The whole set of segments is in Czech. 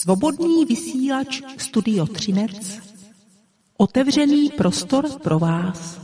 Svobodný vysílač Studio Třinec. Otevřený prostor pro vás.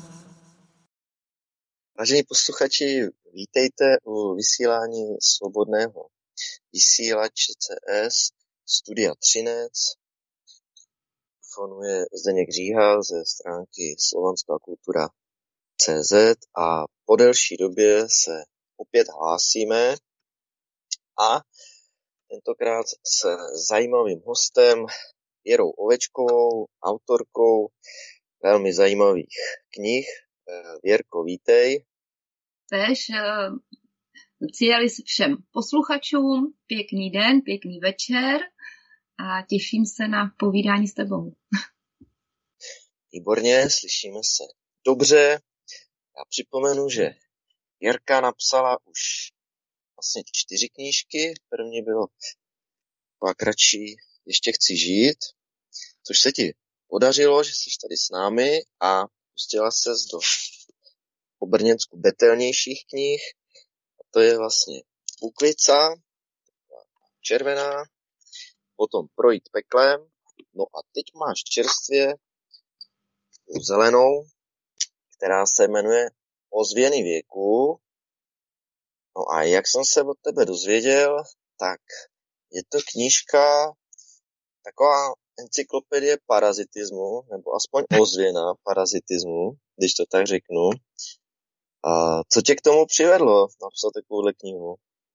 Vážení posluchači, vítejte u vysílání svobodného vysílače CS Studia Třinec. Telefonuje Zdeněk Říha ze stránky Slovanská kultura.cz a po delší době se opět hlásíme a tentokrát s zajímavým hostem Věrou Ovečkovou, autorkou velmi zajímavých knih. Věrko, vítej. Tež přijeli všem posluchačům pěkný den, pěkný večer a těším se na povídání s tebou. Výborně, slyšíme se dobře. Já připomenu, že Věrka napsala už vlastně 4 knížky. První bylo taková kratší Ještě chci žít, což se ti podařilo, že jsi tady s námi a pustila ses do po brněnsku betelnějších knih. A to je vlastně Bukvica, červená, potom Projít peklem, no a teď máš čerstvě zelenou, která se jmenuje Ozvěny věku. No a jak jsem se od tebe dozvěděl, tak je to knížka taková encyklopedie parazitismu, nebo aspoň ozvěna parazitismu, když to tak řeknu. A co tě k tomu přivedlo napsat takovouhle knihu?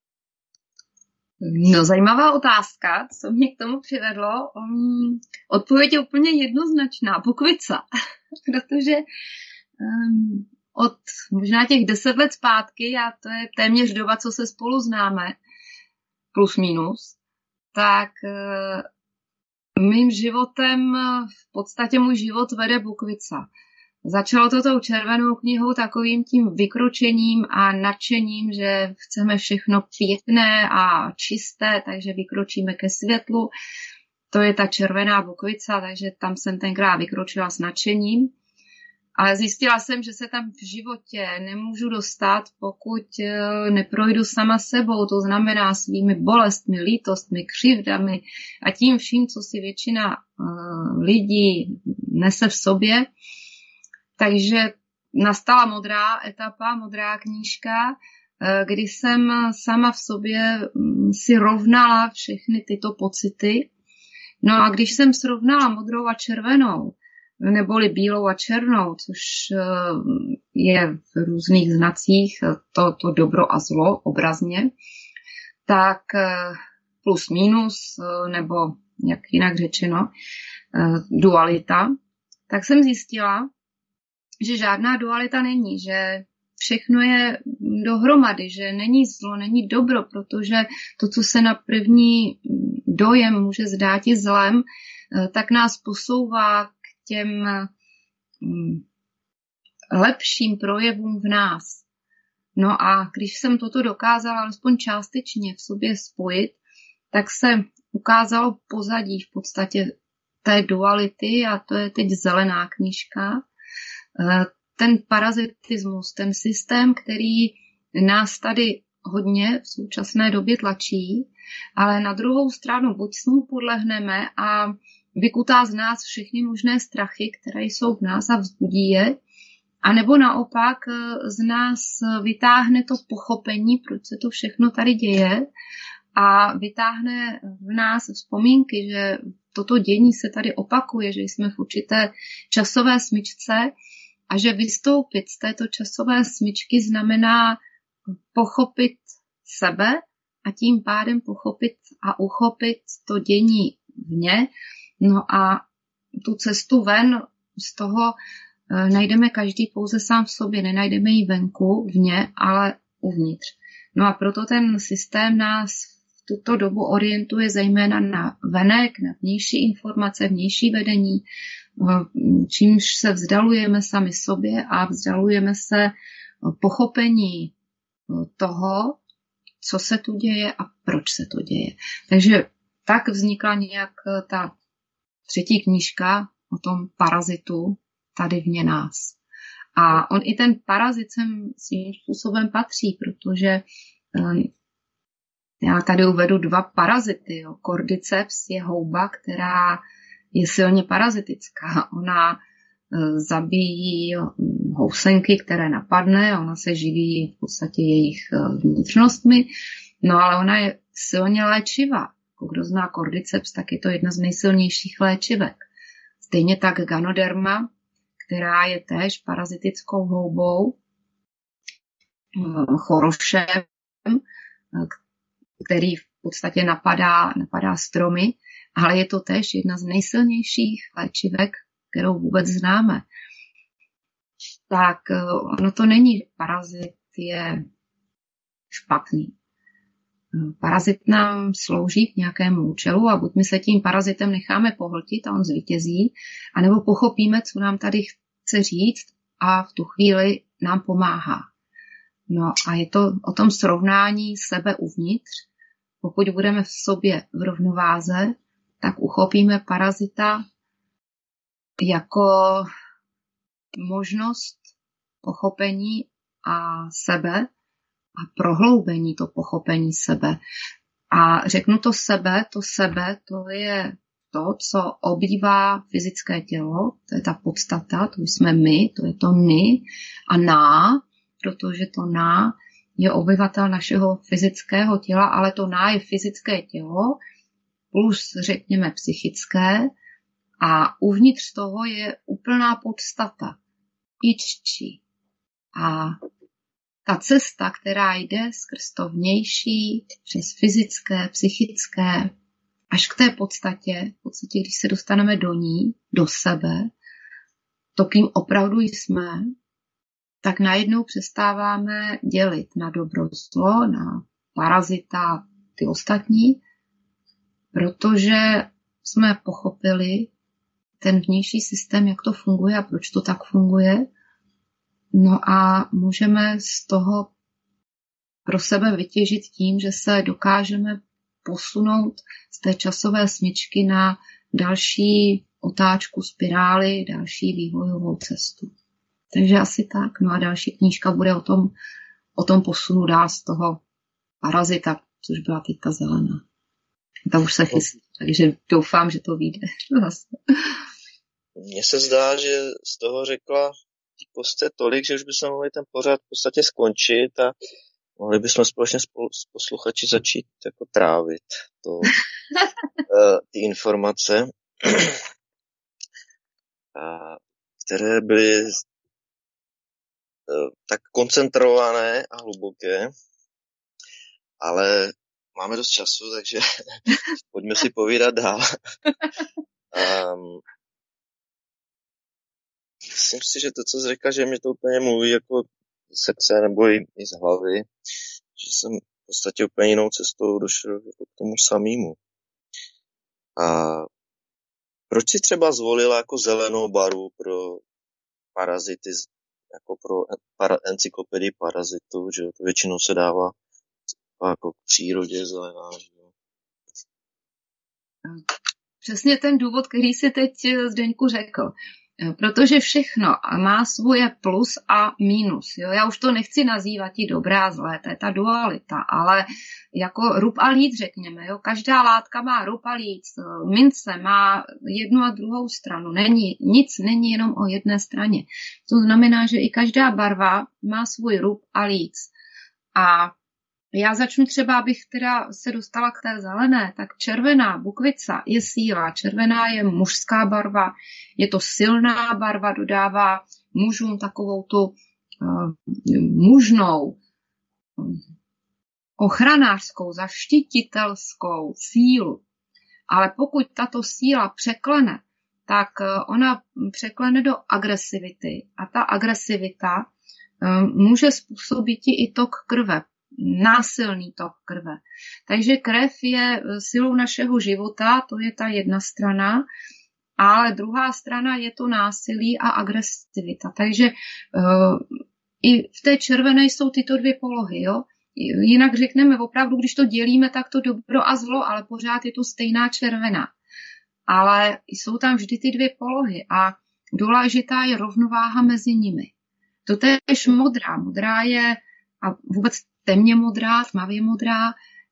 No, zajímavá otázka, co mě k tomu přivedlo. Odpověď je úplně jednoznačná, Bukvica. Protože od možná těch 10 let zpátky, a to je téměř doba, co se spolu známe, plus minus, tak mým životem, v podstatě můj život vede Bukvica. Začalo to tou červenou knihou takovým tím vykročením a nadšením, že chceme všechno pěkné a čisté, takže vykročíme ke světlu. To je ta červená Bukvica, takže tam jsem tenkrát vykročila s nadšením. Ale zjistila jsem, že se tam v životě nemůžu dostat, pokud neprojdu sama sebou, to znamená svými bolestmi, lítostmi, křivdami a tím vším, co si většina lidí nese v sobě. Takže nastala modrá etapa, modrá knížka, kdy jsem sama v sobě si rovnala všechny tyto pocity. No a když jsem srovnala modrou a červenou, neboli bílou a černou, což je v různých znacích to dobro a zlo obrazně, tak plus minus, nebo jak jinak řečeno, dualita, tak jsem zjistila, že žádná dualita není, že všechno je dohromady, že není zlo, není dobro, protože to, co se na první dojem může zdát i zlem, tak nás posouvá k těm lepším projevům v nás. No a když jsem toto dokázala alespoň částečně v sobě spojit, tak se ukázalo pozadí v podstatě té duality a to je teď zelená knížka. Ten parazitismus, ten systém, který nás tady hodně v současné době tlačí, ale na druhou stranu buď s ním podlehneme a vykutá z nás všechny možné strachy, které jsou v nás a vzbudí je, anebo naopak z nás vytáhne to pochopení, proč se to všechno tady děje a vytáhne v nás vzpomínky, že toto dění se tady opakuje, že jsme v určité časové smyčce a že vystoupit z této časové smyčky znamená pochopit sebe a tím pádem pochopit a uchopit to dění vně. No a tu cestu ven z toho najdeme každý pouze sám v sobě, nenajdeme ji venku, vně, ale uvnitř. No a proto ten systém nás v tuto dobu orientuje zejména na venek, na vnější informace, vnější vedení, čímž se vzdalujeme sami sobě a vzdalujeme se pochopení toho, co se tu děje a proč se to děje. Takže tak vznikla nějak ta 3. knížka o tom parazitu tady vně nás. A on i ten parazit sem svým způsobem patří, protože Já tady uvedu 2 parazity. Jo. Cordyceps je houba, která je silně parazitická. Ona zabíjí housenky, které napadne, ona se živí v podstatě jejich vnitřnostmi, no ale ona je silně léčivá. Kdo zná Cordyceps, tak je to jedna z nejsilnějších léčivek. Stejně tak Ganoderma, která je též parazitickou houbou, chorošem, který v podstatě napadá stromy, ale je to též jedna z nejsilnějších léčivek, kterou vůbec známe. Tak ono to není, parazit je špatný. Parazit nám slouží k nějakému účelu a buď my se tím parazitem necháme pohltit a on zvítězí, anebo pochopíme, co nám tady chce říct a v tu chvíli nám pomáhá. No a je to o tom srovnání sebe uvnitř. Pokud budeme v sobě v rovnováze, tak uchopíme parazita jako možnost pochopení a sebe a prohloubení to pochopení sebe. A řeknu to sebe, to je to, co obývá fyzické tělo, to je ta podstata, to jsme my, to je to my a ná, protože to ná je obyvatel našeho fyzického těla, ale to ná je fyzické tělo plus, řekněme, psychické a uvnitř toho je úplná podstata, ičči. A ta cesta, která jde skrz to vnější, přes fyzické, psychické, až k té podstatě, když se dostaneme do ní, do sebe, to, kým opravdu jsme, tak najednou přestáváme dělit na dobro zlo, na parazita, ty ostatní, protože jsme pochopili ten vnější systém, jak to funguje a proč to tak funguje. No a můžeme z toho pro sebe vytěžit tím, že se dokážeme posunout z té časové smyčky na další otáčku spirály, další vývojovou cestu. Takže asi tak. No a další knížka bude o tom posunu dál z toho parazita, což byla teďka zelená. Ta už se chystá, takže doufám, že to vyjde. Mně se zdá, že z toho řekla kostce tolik, že už bychom mohli ten pořad v podstatě skončit a mohli bychom společně s posluchači začít jako trávit ty informace, které byly tak koncentrované a hluboké, ale máme dost času, takže pojďme si povídat dál. Myslím si, že to, co jsi řekla, že mi to úplně mluví jako z srdce nebo i z hlavy, že jsem v podstatě úplně jinou cestou došel jako k tomu samému. A proč si třeba zvolila jako zelenou barvu pro parazity, jako pro encyklopedii parazitů, že to většinou se dává jako v přírodě zelená, že jo? Přesně ten důvod, který si teď Zdeňku řekl. Protože všechno má svoje plus a mínus. Jo? Já už to nechci nazývat i dobrá a zlé, to je ta dualita, ale jako rub a líc, řekněme. Jo? Každá látka má rub a líc. Mince má jednu a druhou stranu. Nic není jenom o jedné straně. To znamená, že i každá barva má svůj rub a líc. A já začnu třeba, abych teda se dostala k té zelené, tak červená bukvica je síla, červená je mužská barva, je to silná barva, dodává mužům takovou tu mužnou, ochranářskou, zaštititelskou sílu. Ale pokud tato síla překlene, tak ona překlene do agresivity a ta agresivita může způsobit i tok krve, násilný tok krve. Takže krev je silou našeho života, to je ta jedna strana, ale druhá strana je to násilí a agresivita. Takže i v té červené jsou tyto dvě polohy. Jo? Jinak řekneme opravdu, když to dělíme, tak to dobro a zlo, ale pořád je to stejná červená. Ale jsou tam vždy ty dvě polohy a důležitá je rovnováha mezi nimi. To je modrá. Modrá je a vůbec temně modrá, tmavě modrá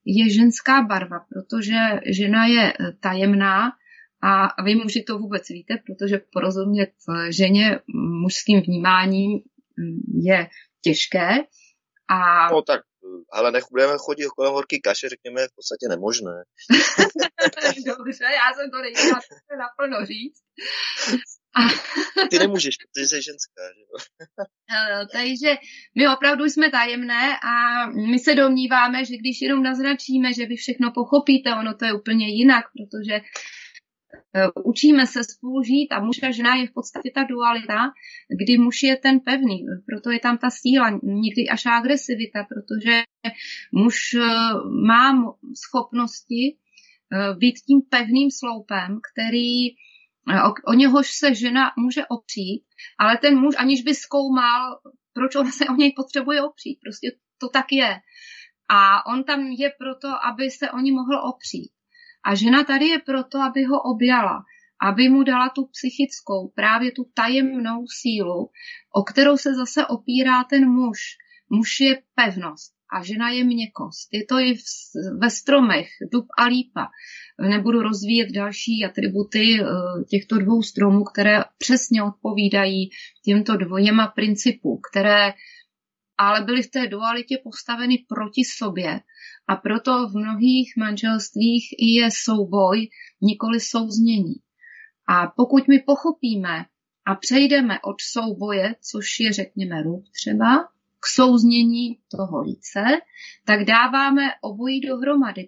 je ženská barva, protože žena je tajemná a vy muži to vůbec víte, protože porozumět ženě mužským vnímáním je těžké. No tak, ale nech budeme chodit kolem horký kaše, řekněme, je v podstatě nemožné. Dobře, já jsem to nechtěla naplno říct. Ty nemůžeš, protože jsi ženská. Že? Takže my opravdu jsme tajemné a my se domníváme, že když jenom naznačíme, že vy všechno pochopíte, ono to je úplně jinak, protože učíme se spolu žít a muž a žena je v podstatě ta dualita, kdy muž je ten pevný, proto je tam ta síla, někdy až agresivita, protože muž má schopnosti být tím pevným sloupem, který o něhož se žena může opřít, ale ten muž, aniž by zkoumal, proč ona se o něj potřebuje opřít, prostě to tak je. A on tam je proto, aby se o ní mohl opřít. A žena tady je proto, aby ho objala, aby mu dala tu psychickou, právě tu tajemnou sílu, o kterou se zase opírá ten muž. Muž je pevnost a žena je měkkost. Je to i ve stromech, dub a lípa. Nebudu rozvíjet další atributy těchto dvou stromů, které přesně odpovídají těmto dvěma principům, které ale byly v té dualitě postaveny proti sobě a proto v mnohých manželstvích je souboj, nikoli souznění. A pokud my pochopíme a přejdeme od souboje, což je řekněme rub třeba, k souznění toho líce, tak dáváme obojí dohromady,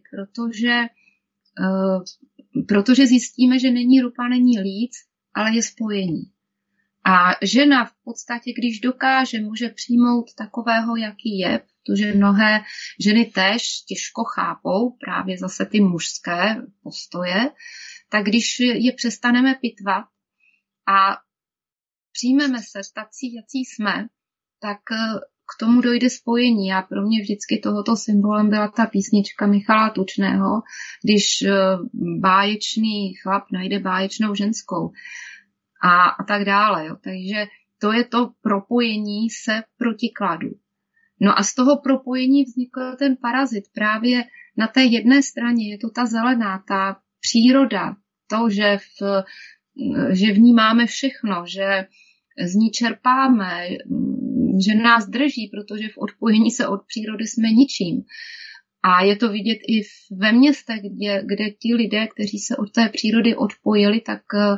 protože zjistíme, že není rub a není líc, ale je spojení. A žena v podstatě, když dokáže, může přijmout takového, jaký je, protože mnohé ženy též těžko chápou právě zase ty mužské postoje, tak když je přestaneme pitvat a přijmeme se tací, jací jsme, tak k tomu dojde spojení. A pro mě vždycky tohoto symbolem byla ta písnička Michala Tučného, když báječný chlap najde báječnou ženskou. A tak dále. Jo. Takže to je to propojení se protikladu. No a z toho propojení vznikl ten parazit. Právě na té jedné straně je to ta zelená, ta příroda, to, že v ní máme všechno, že z ní čerpáme, že nás drží, protože v odpojení se od přírody jsme ničím. A je to vidět i ve městech, kde ti lidé, kteří se od té přírody odpojili, tak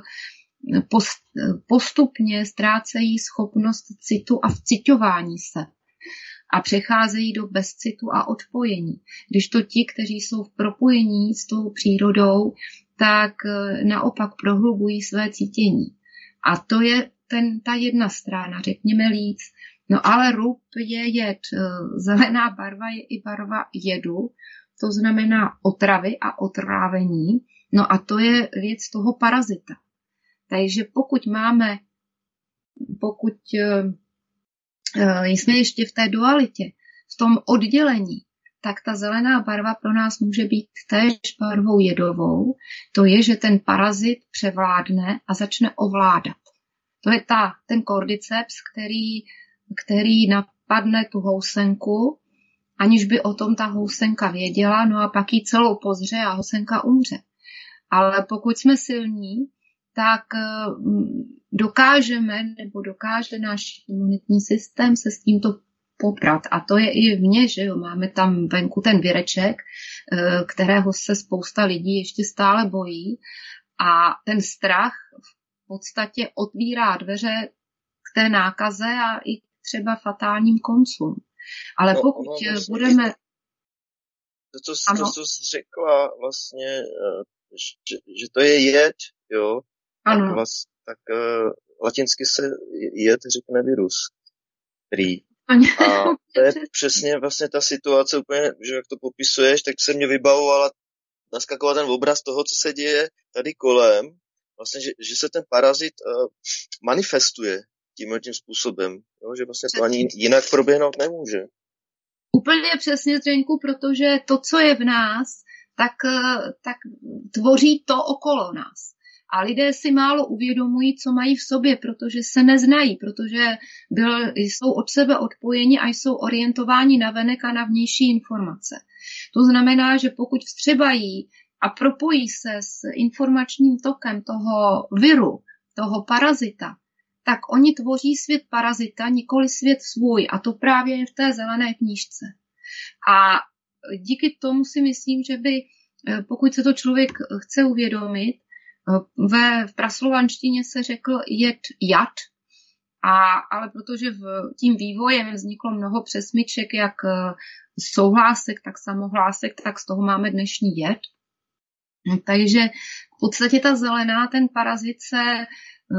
postupně ztrácejí schopnost citu a vciťování se a přecházejí do bezcitu a odpojení. Když to ti, kteří jsou v propojení s tou přírodou, tak naopak prohlubují své cítění. A to je ta jedna strana, řekněme líc. No ale rub je jed. Zelená barva je i barva jedu, to znamená otravy a otrávení. No a to je věc toho parazita. Takže pokud jsme ještě v té dualitě, v tom oddělení, tak ta zelená barva pro nás může být též barvou jedovou. To je, že ten parazit převládne a začne ovládat. To je ten cordyceps, který napadne tu housenku, aniž by o tom ta housenka věděla, no a pak ji celou pozře a housenka umře. Ale pokud jsme silní, tak dokáže náš imunitní systém se s tímto poprat. A to je i v mně, že jo, máme tam venku ten vireček, kterého se spousta lidí ještě stále bojí. A ten strach v podstatě otvírá dveře k té nákaze a i třeba fatálním koncům. Ale pokud budeme... To, co jsi řekla vlastně, že to je jed, jo? Ano. Tak latinsky se jed řekne virus. A to je přesně vlastně ta situace úplně, že jak to popisuješ, tak se mě vybavovala naskakoval ten obraz toho, co se děje tady kolem, vlastně, že se ten parazit manifestuje tím způsobem, jo? Že vlastně to ani jinak proběhnout nemůže. Úplně přesně, Zdeňku, protože to, co je v nás, tak tvoří to okolo nás. A lidé si málo uvědomují, co mají v sobě, protože se neznají, protože jsou od sebe odpojeni a jsou orientováni na venek a na vnější informace. To znamená, že pokud vstřebají a propojí se s informačním tokem toho viru, toho parazita, tak oni tvoří svět parazita, nikoli svět svůj. A to právě je v té zelené knížce. A díky tomu si myslím, že by, pokud se to člověk chce uvědomit, v praslovanštině se řekl jad, ale protože tím vývojem vzniklo mnoho přesmyček, jak souhlásek, tak samohlásek, tak z toho máme dnešní jed. Takže v podstatě ta zelená, ten parazit se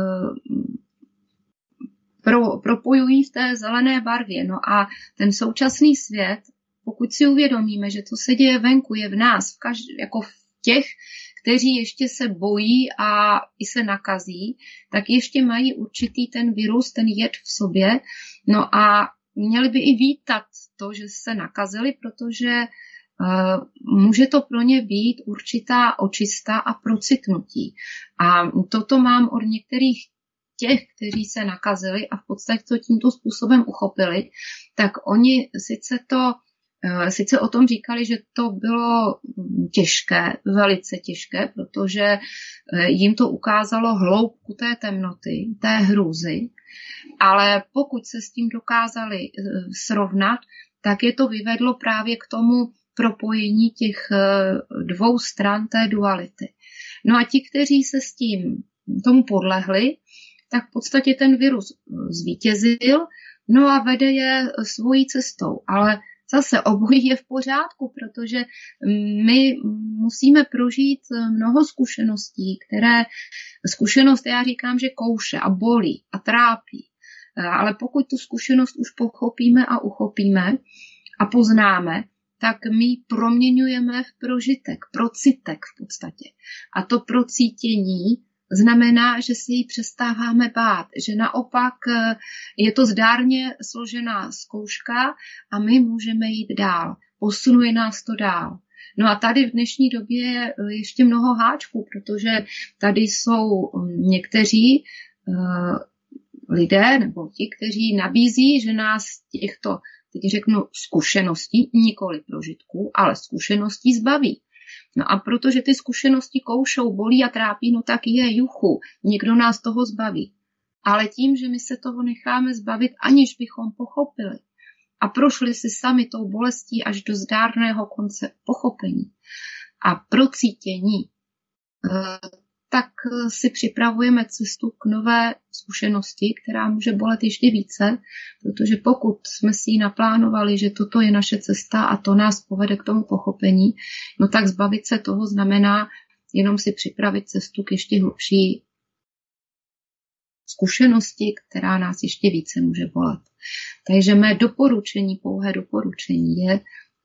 propojují v té zelené barvě. No a ten současný svět, pokud si uvědomíme, že to se děje venku, je v nás, jako v těch, kteří ještě se bojí a i se nakazí, tak ještě mají určitý ten virus, ten jed v sobě. No a měli by i vítat to, že se nakazili, protože může to pro ně být určitá očista a procitnutí. A toto mám od některých těch, kteří se nakazili a v podstatě to tímto způsobem uchopili, tak oni sice o tom říkali, že to bylo těžké, velice těžké, protože jim to ukázalo hloubku té temnoty, té hrůzy, ale pokud se s tím dokázali srovnat, tak je to vyvedlo právě k tomu propojení těch dvou stran té duality. No a ti, kteří se s tím tomu podlehli, tak v podstatě ten virus zvítězil, no a vede je svojí cestou. Ale zase obojí je v pořádku, protože my musíme prožít mnoho zkušeností, zkušenost já říkám, že kouše a bolí a trápí. Ale pokud tu zkušenost už pochopíme a uchopíme a poznáme, tak my ji proměňujeme v prožitek, procitek v podstatě. A to procítění znamená, že si ji přestáváme bát, že naopak je to zdárně složená zkouška a my můžeme jít dál. Posunuje nás to dál. No a tady v dnešní době je ještě mnoho háčků, protože tady jsou někteří lidé nebo ti, kteří nabízí, že nás těchto, teď řeknu, zkušeností, nikoli prožitků, ale zkušeností zbaví. No a protože ty zkušenosti koušou, bolí a trápí, no tak je juchu, někdo nás toho zbaví. Ale tím, že my se toho necháme zbavit, aniž bychom pochopili a prošli si sami tou bolestí až do zdárného konce pochopení a procítění, tak si připravujeme cestu k nové zkušenosti, která může bolet ještě více, protože pokud jsme si ji naplánovali, že toto je naše cesta a to nás povede k tomu pochopení, no tak zbavit se toho znamená jenom si připravit cestu k ještě hlubší zkušenosti, která nás ještě více může bolet. Takže mé doporučení, pouhé doporučení je,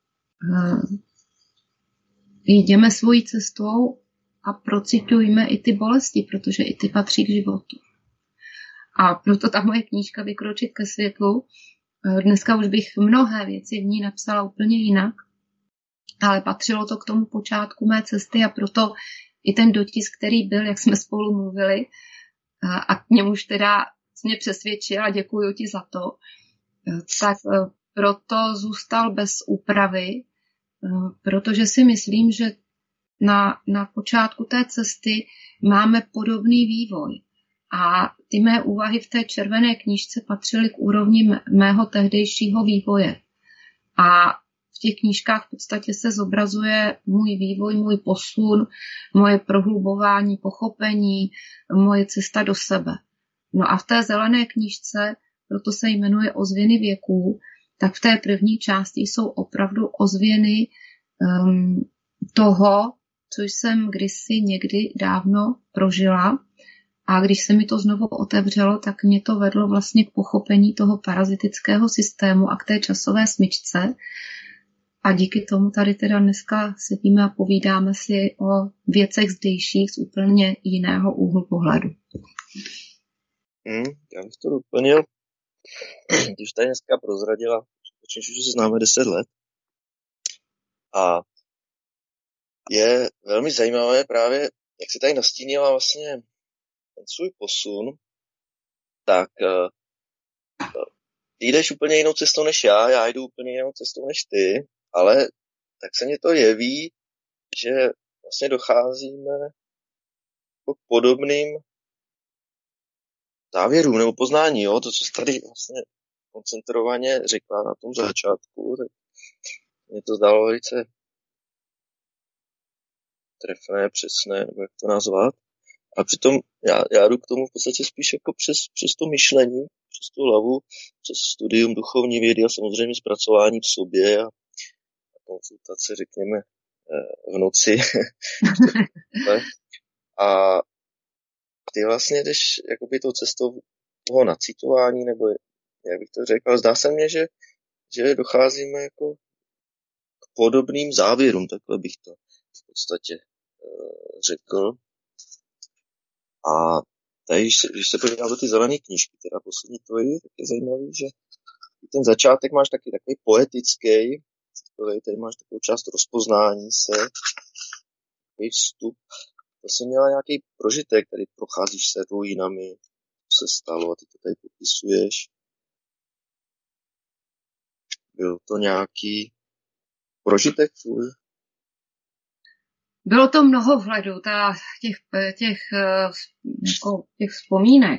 jdeme svojí cestou a procitujme i ty bolesti, protože i ty patří k životu. A proto ta moje knížka Vykročit ke světlu, dneska už bych mnohé věci v ní napsala úplně jinak, ale patřilo to k tomu počátku mé cesty a proto i ten dotisk, který byl, jak jsme spolu mluvili, a k němuž teda mě přesvědčil a děkuji ti za to, tak proto zůstal bez úpravy, protože si myslím, že na počátku té cesty máme podobný vývoj. A ty mé úvahy v té červené knížce patřily k úrovni mého tehdejšího vývoje. A v těch knížkách v podstatě se zobrazuje můj vývoj, můj posun, moje prohlubování, pochopení, moje cesta do sebe. No a v té zelené knížce, proto se jmenuje Ozvěny věků, tak v té první části jsou opravdu ozvěny toho, co jsem kdysi někdy dávno prožila. A když se mi to znovu otevřelo, tak mě to vedlo vlastně k pochopení toho parazitického systému a k té časové smyčce. A díky tomu tady teda dneska sedíme a povídáme si o věcech zdejších z úplně jiného úhlu pohledu. Já bych to doplnil. Když tady dneska prozradila, že se známe 10 let. A je velmi zajímavé právě, jak si tady nastínila vlastně ten svůj posun, tak ty jdeš úplně jinou cestou než já jdu úplně jinou cestou než ty, ale tak se mně to jeví, že vlastně docházíme k podobným závěrům nebo poznání, jo? To, co jsi tady vlastně koncentrovaně řekla na tom začátku, tak mě to zdálo velice trefné, přesné, nebo jak to nazvat. A přitom já jdu k tomu v podstatě spíš jako přes to myšlení, přes tu hlavu, přes studium duchovní vědy a samozřejmě zpracování v sobě a konzultace, řekněme, v noci. A ty vlastně jdeš jakoby tou cestou toho nacitování, nebo jak bych to řekl, ale zdá se mně, že docházíme jako k podobným závěrům, takhle bych to v podstatě řekl. A tady, když se podívám do ty zelené knížky, teda poslední tvoji, tak je zajímavý, že ten začátek máš taky takový poetický, tady máš takovou část rozpoznání se, takový vstup. To jsi měla nějaký prožitek, tady procházíš se ruinami, co se stalo a ty to tady popisuješ. Byl to nějaký prožitek tvůj? Bylo to mnoho vhledů, těch vzpomínek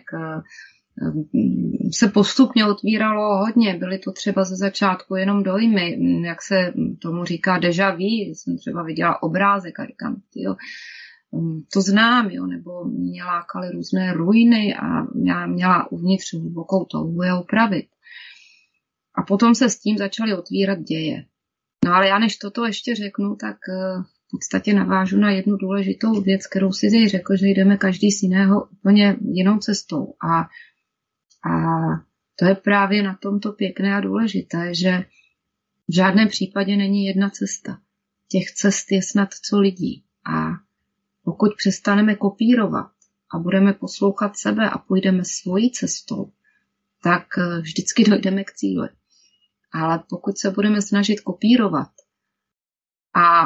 se postupně otvíralo hodně. Byly to třeba ze začátku jenom dojmy, jak se tomu říká déjà vu, jsem třeba viděla obrázek a říkám, tyjo, to znám, jo, nebo mě lákaly různé ruiny a já měla uvnitř hlubokou touhu je opravit. A potom se s tím začaly otvírat děje. No ale já než toto ještě řeknu, tak v podstatě navážu na jednu důležitou věc, kterou si řekl, že jdeme každý z jiného úplně jinou cestou. A to je právě na tomto pěkné a důležité, že v žádném případě není jedna cesta. Těch cest je snad co lidí. A pokud přestaneme kopírovat a budeme poslouchat sebe a půjdeme svojí cestou, tak vždycky dojdeme k cíli. Ale pokud se budeme snažit kopírovat a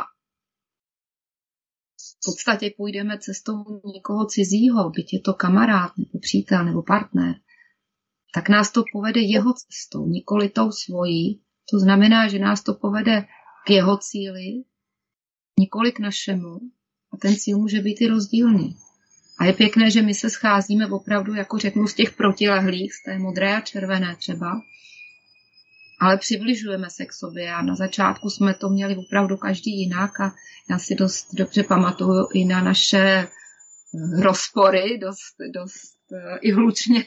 v podstatě půjdeme cestou někoho cizího, byť je to kamarád, nebo přítel, nebo partner, tak nás to povede jeho cestou, nikoli tou svojí. To znamená, že nás to povede k jeho cíli, nikoli k našemu. A ten cíl může být i rozdílný. A je pěkné, že my se scházíme opravdu, jako řeknu, z těch protilehlých, z té modré a červené třeba, ale přibližujeme se k sobě a na začátku jsme to měli opravdu každý jinak a já si dost dobře pamatuju i na naše rozpory, dost i hlučně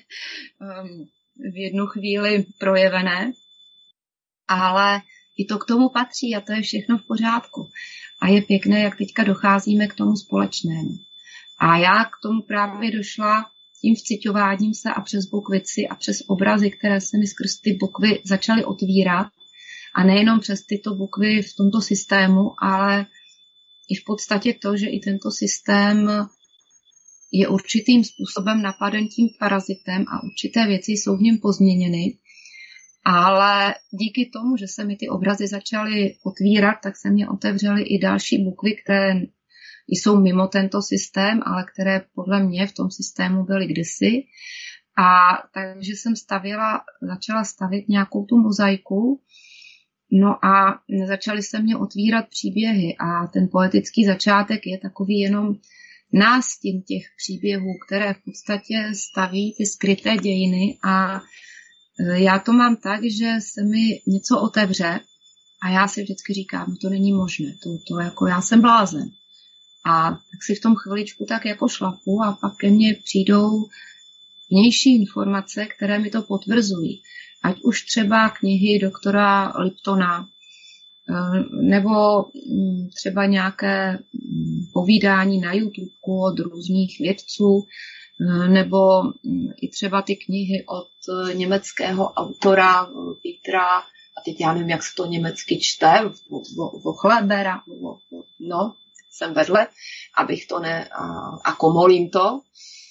v jednu chvíli projevené, ale i to k tomu patří a to je všechno v pořádku. A je pěkné, jak teďka docházíme k tomu společnému. A já k tomu právě došla tím vciťováním se a přes bukvici a přes obrazy, které se mi skrz ty bukvy začaly otvírat. A nejenom přes tyto bukvy v tomto systému, ale i v podstatě to, že i tento systém je určitým způsobem napaden tím parazitem a určité věci jsou v něm pozměněny. Ale díky tomu, že se mi ty obrazy začaly otvírat, tak se mě otevřely i další bukvy, které jsou mimo tento systém, ale které podle mě v tom systému byly kdysi. A takže jsem začala stavět nějakou tu mozaiku, no a začaly se mě otvírat příběhy a ten poetický začátek je takový jenom nástin těch příběhů, které v podstatě staví ty skryté dějiny a já to mám tak, že se mi něco otevře a já si vždycky říkám, no to není možné, to jako já jsem blázen. A tak si v tom chviličku tak jako šlapu a pak ke mně přijdou vnější informace, které mi to potvrzují. Ať už třeba knihy doktora Liptona, nebo třeba nějaké povídání na YouTube od různých vědců, nebo i třeba ty knihy od německého autora Petra, a teď já nevím, jak se to německy čte, Vochlebera, no, jsem vedle, abych to a komolím to,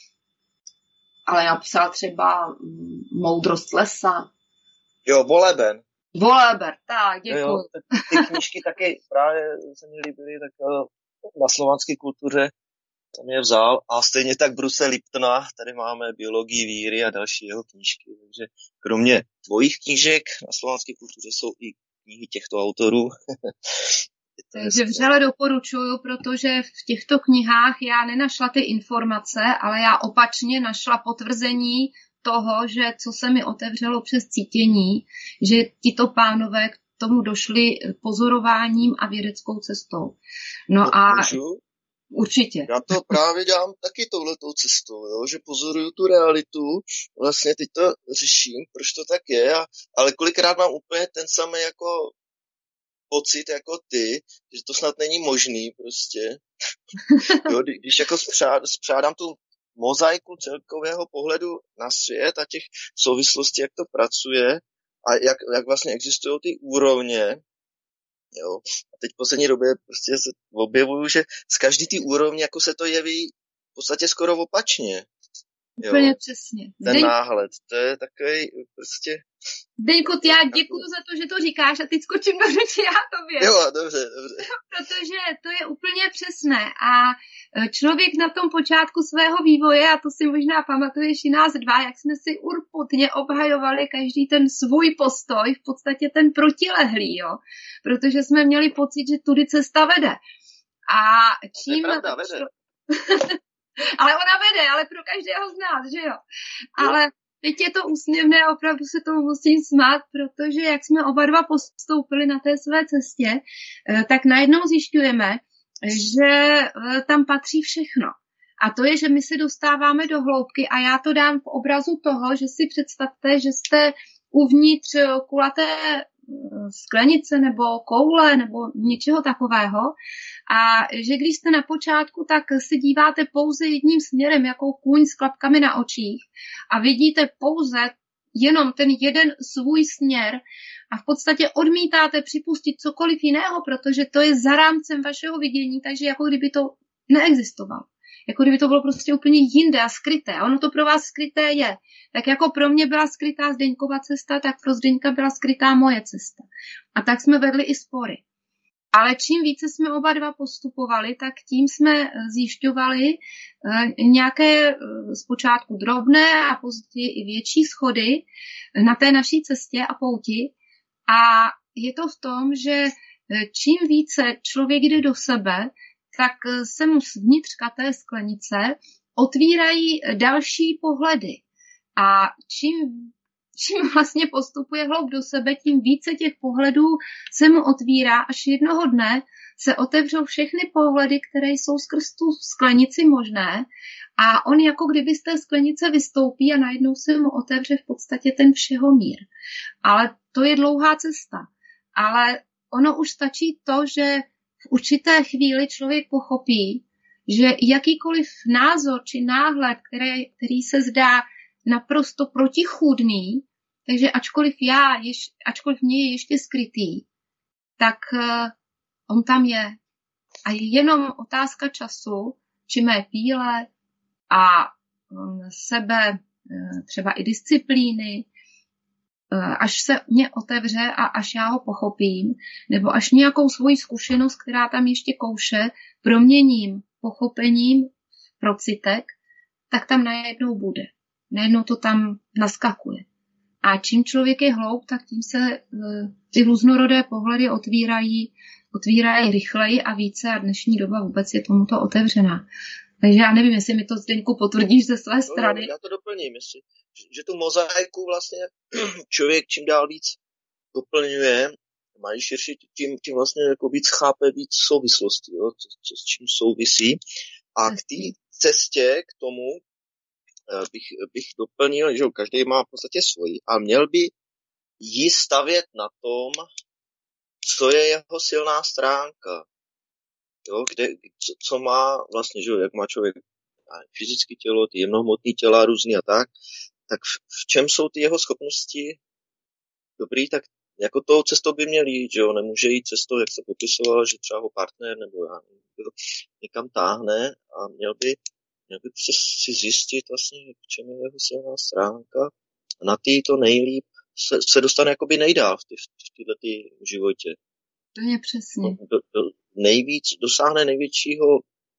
ale napsal třeba Moudrost lesa. Jo, Voleben. Voleber, tak, děkuji. Jo, ty knížky taky právě se mi líbily tak na slovanské kultuře tam je vzal. A stejně tak Bruce Liptona, tady máme Biologii víry a další jeho knížky. Takže kromě tvojich knížek na slovanské kultuře jsou i knihy těchto autorů. Takže vřele doporučuju, protože v těchto knihách já nenašla ty informace, ale já opačně našla potvrzení toho, že co se mi otevřelo přes cítění, že tito pánové k tomu došli pozorováním a vědeckou cestou. No a určitě. Já to právě dělám taky touhletou cestou, jo? Že pozoruju tu realitu, vlastně teď to řeším, proč to tak je, ale kolikrát mám úplně ten samý jako pocit jako ty, že to snad není možný prostě. Jo, když jako spřádám tu mozaiku celkového pohledu na svět a těch souvislostí, jak to pracuje a jak vlastně existují ty úrovně. Jo. A teď v poslední době prostě se objevuju, že z každý ty úrovně jako se to jeví v podstatě skoro opačně. Úplně přesně. Ten náhled, to je takový prostě... Zdeňku, já děkuju za to, že to říkáš a teď skočím do řeči já tobě. Jo, dobře. Protože to je úplně přesné a člověk na tom počátku svého vývoje, a to si možná pamatuješ i nás dva, jak jsme si urputně obhajovali každý ten svůj postoj, v podstatě ten protilehlý, jo. Protože jsme měli pocit, že tudy cesta vede. A čím... To je pravda, vede. Ale ona vede, ale pro každého z nás, že jo. Ale teď je to úsměvné a opravdu se tomu musím smát, protože jak jsme oba dva postoupili na té své cestě, tak najednou zjišťujeme, že tam patří všechno. A to je, že my se dostáváme do hloubky a já to dám v obrazu toho, že si představte, že jste uvnitř kulaté sklenice nebo koule nebo něčeho takového a že když jste na počátku, tak se díváte pouze jedním směrem, jako kůň s klapkami na očích a vidíte pouze jenom ten jeden svůj směr a v podstatě odmítáte připustit cokoliv jiného, protože to je za rámcem vašeho vidění, takže jako kdyby to neexistovalo. Jako kdyby to bylo prostě úplně jinde a skryté. A ono to pro vás skryté je. Tak jako pro mě byla skrytá Zdeňkova cesta, tak pro Zdeňka byla skrytá moje cesta. A tak jsme vedli i spory. Ale čím více jsme oba dva postupovali, tak tím jsme zjišťovali nějaké zpočátku drobné a později i větší schody na té naší cestě a pouti. A je to v tom, že čím více člověk jde do sebe, tak se mu zvnitřka té sklenice otvírají další pohledy. A čím vlastně postupuje hloub do sebe, tím více těch pohledů se mu otvírá, až jednoho dne se otevřou všechny pohledy, které jsou skrz tu sklenici možné a on jako kdyby z té sklenice vystoupí a najednou se mu otevře v podstatě ten všehomír. Ale to je dlouhá cesta. Ale ono už stačí to, že v určité chvíli člověk pochopí, že jakýkoliv názor či náhled, který se zdá naprosto protichůdný, takže ačkoliv mě je ještě skrytý, tak on tam je. A je jenom otázka času, či mé píle a sebe, třeba i disciplíny, až se mě otevře a až já ho pochopím, nebo až nějakou svoji zkušenost, která tam ještě kouše, proměním pochopením procitek, tak tam najednou bude. Najednou to tam naskakuje. A čím člověk je hloub, tak tím se ty různorodé pohledy otvírají rychleji a více a dnešní doba vůbec je tomuto otevřená. Takže já nevím, jestli mi to, Zdeňku, potvrdíš ze své strany. Já to doplním, že tu mozaiku vlastně člověk čím dál víc doplňuje, mají širší, tím vlastně jako víc chápe víc souvislostí, jo, co s čím souvisí. A k té cestě, k tomu bych doplnil, že každý má v podstatě svoji a měl by ji stavět na tom, co je jeho silná stránka. Jo, co má vlastně, že jak má člověk fyzické tělo, ty jemnohmotné těla různý a tak v čem jsou ty jeho schopnosti dobrý, tak jako tou cestou by měl jít, že jo, nemůže jít cestou, jak se popisoval, že třeba ho partner nebo já někam táhne a měl by prostě si zjistit vlastně, v čem je jeho silná stránka a na ty to nejlíp se dostane jakoby nejdál v této životě. To je přesně. Dosáhne největšího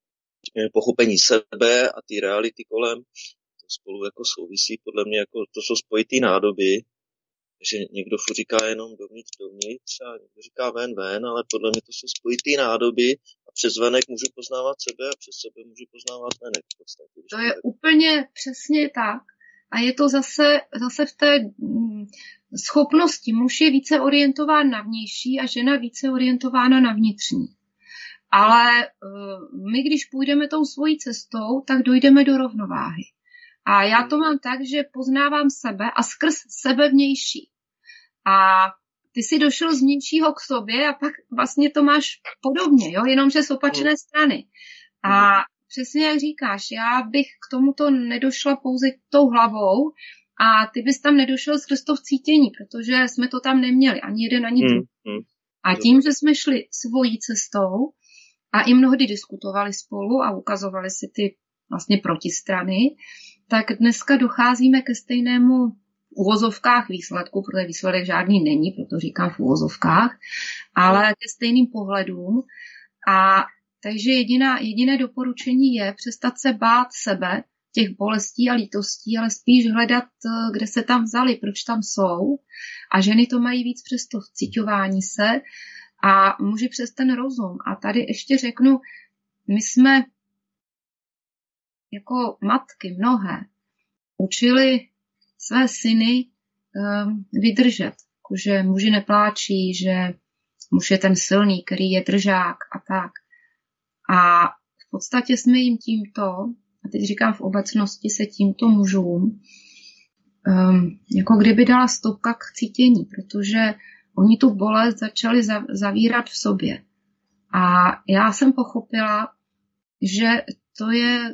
řekněme, pochopení sebe a ty reality kolem, to spolu jako souvisí, podle mě jako to jsou spojitý nádoby, že někdo furt říká jenom dovnitř a někdo říká ven, ale podle mě to jsou spojitý nádoby a přes venek můžu poznávat sebe a přes sebe můžu poznávat venek v podstatě. To je úplně přesně tak. A je to zase v té schopnosti. Muž je více orientován na vnější a žena více orientována na vnitřní. Ale my, když půjdeme tou svojí cestou, tak dojdeme do rovnováhy. A já to mám tak, že poznávám sebe a skrz sebe vnější. A ty si došel z vnějšího k sobě a pak vlastně to máš podobně, jo? Jenomže z opačné strany. A přesně jak říkáš, já bych k tomuto nedošla pouze tou hlavou a ty bys tam nedošel skrz to v cítění, protože jsme to tam neměli, ani jeden, ani druhý. A tím, že jsme šli svojí cestou a i mnohdy diskutovali spolu a ukazovali si ty vlastně protistrany, tak dneska docházíme ke stejnému v uvozovkách výsledku, protože výsledek žádný není, proto říkám v uvozovkách, ale ke stejným pohledům. A takže jediné doporučení je přestat se bát sebe, těch bolestí a lítostí, ale spíš hledat, kde se tam vzali, proč tam jsou. A ženy to mají víc přes to vciťování se a muži přes ten rozum. A tady ještě řeknu, my jsme jako matky mnohé učili své syny vydržet, že muži nepláčí, že muž je ten silný, který je držák a tak. A v podstatě jsme jim tímto, a teď říkám v obecnosti se tímto mužům, jako kdyby dala stopka k cítění, protože oni tu bolest začali zavírat v sobě. A já jsem pochopila, že to je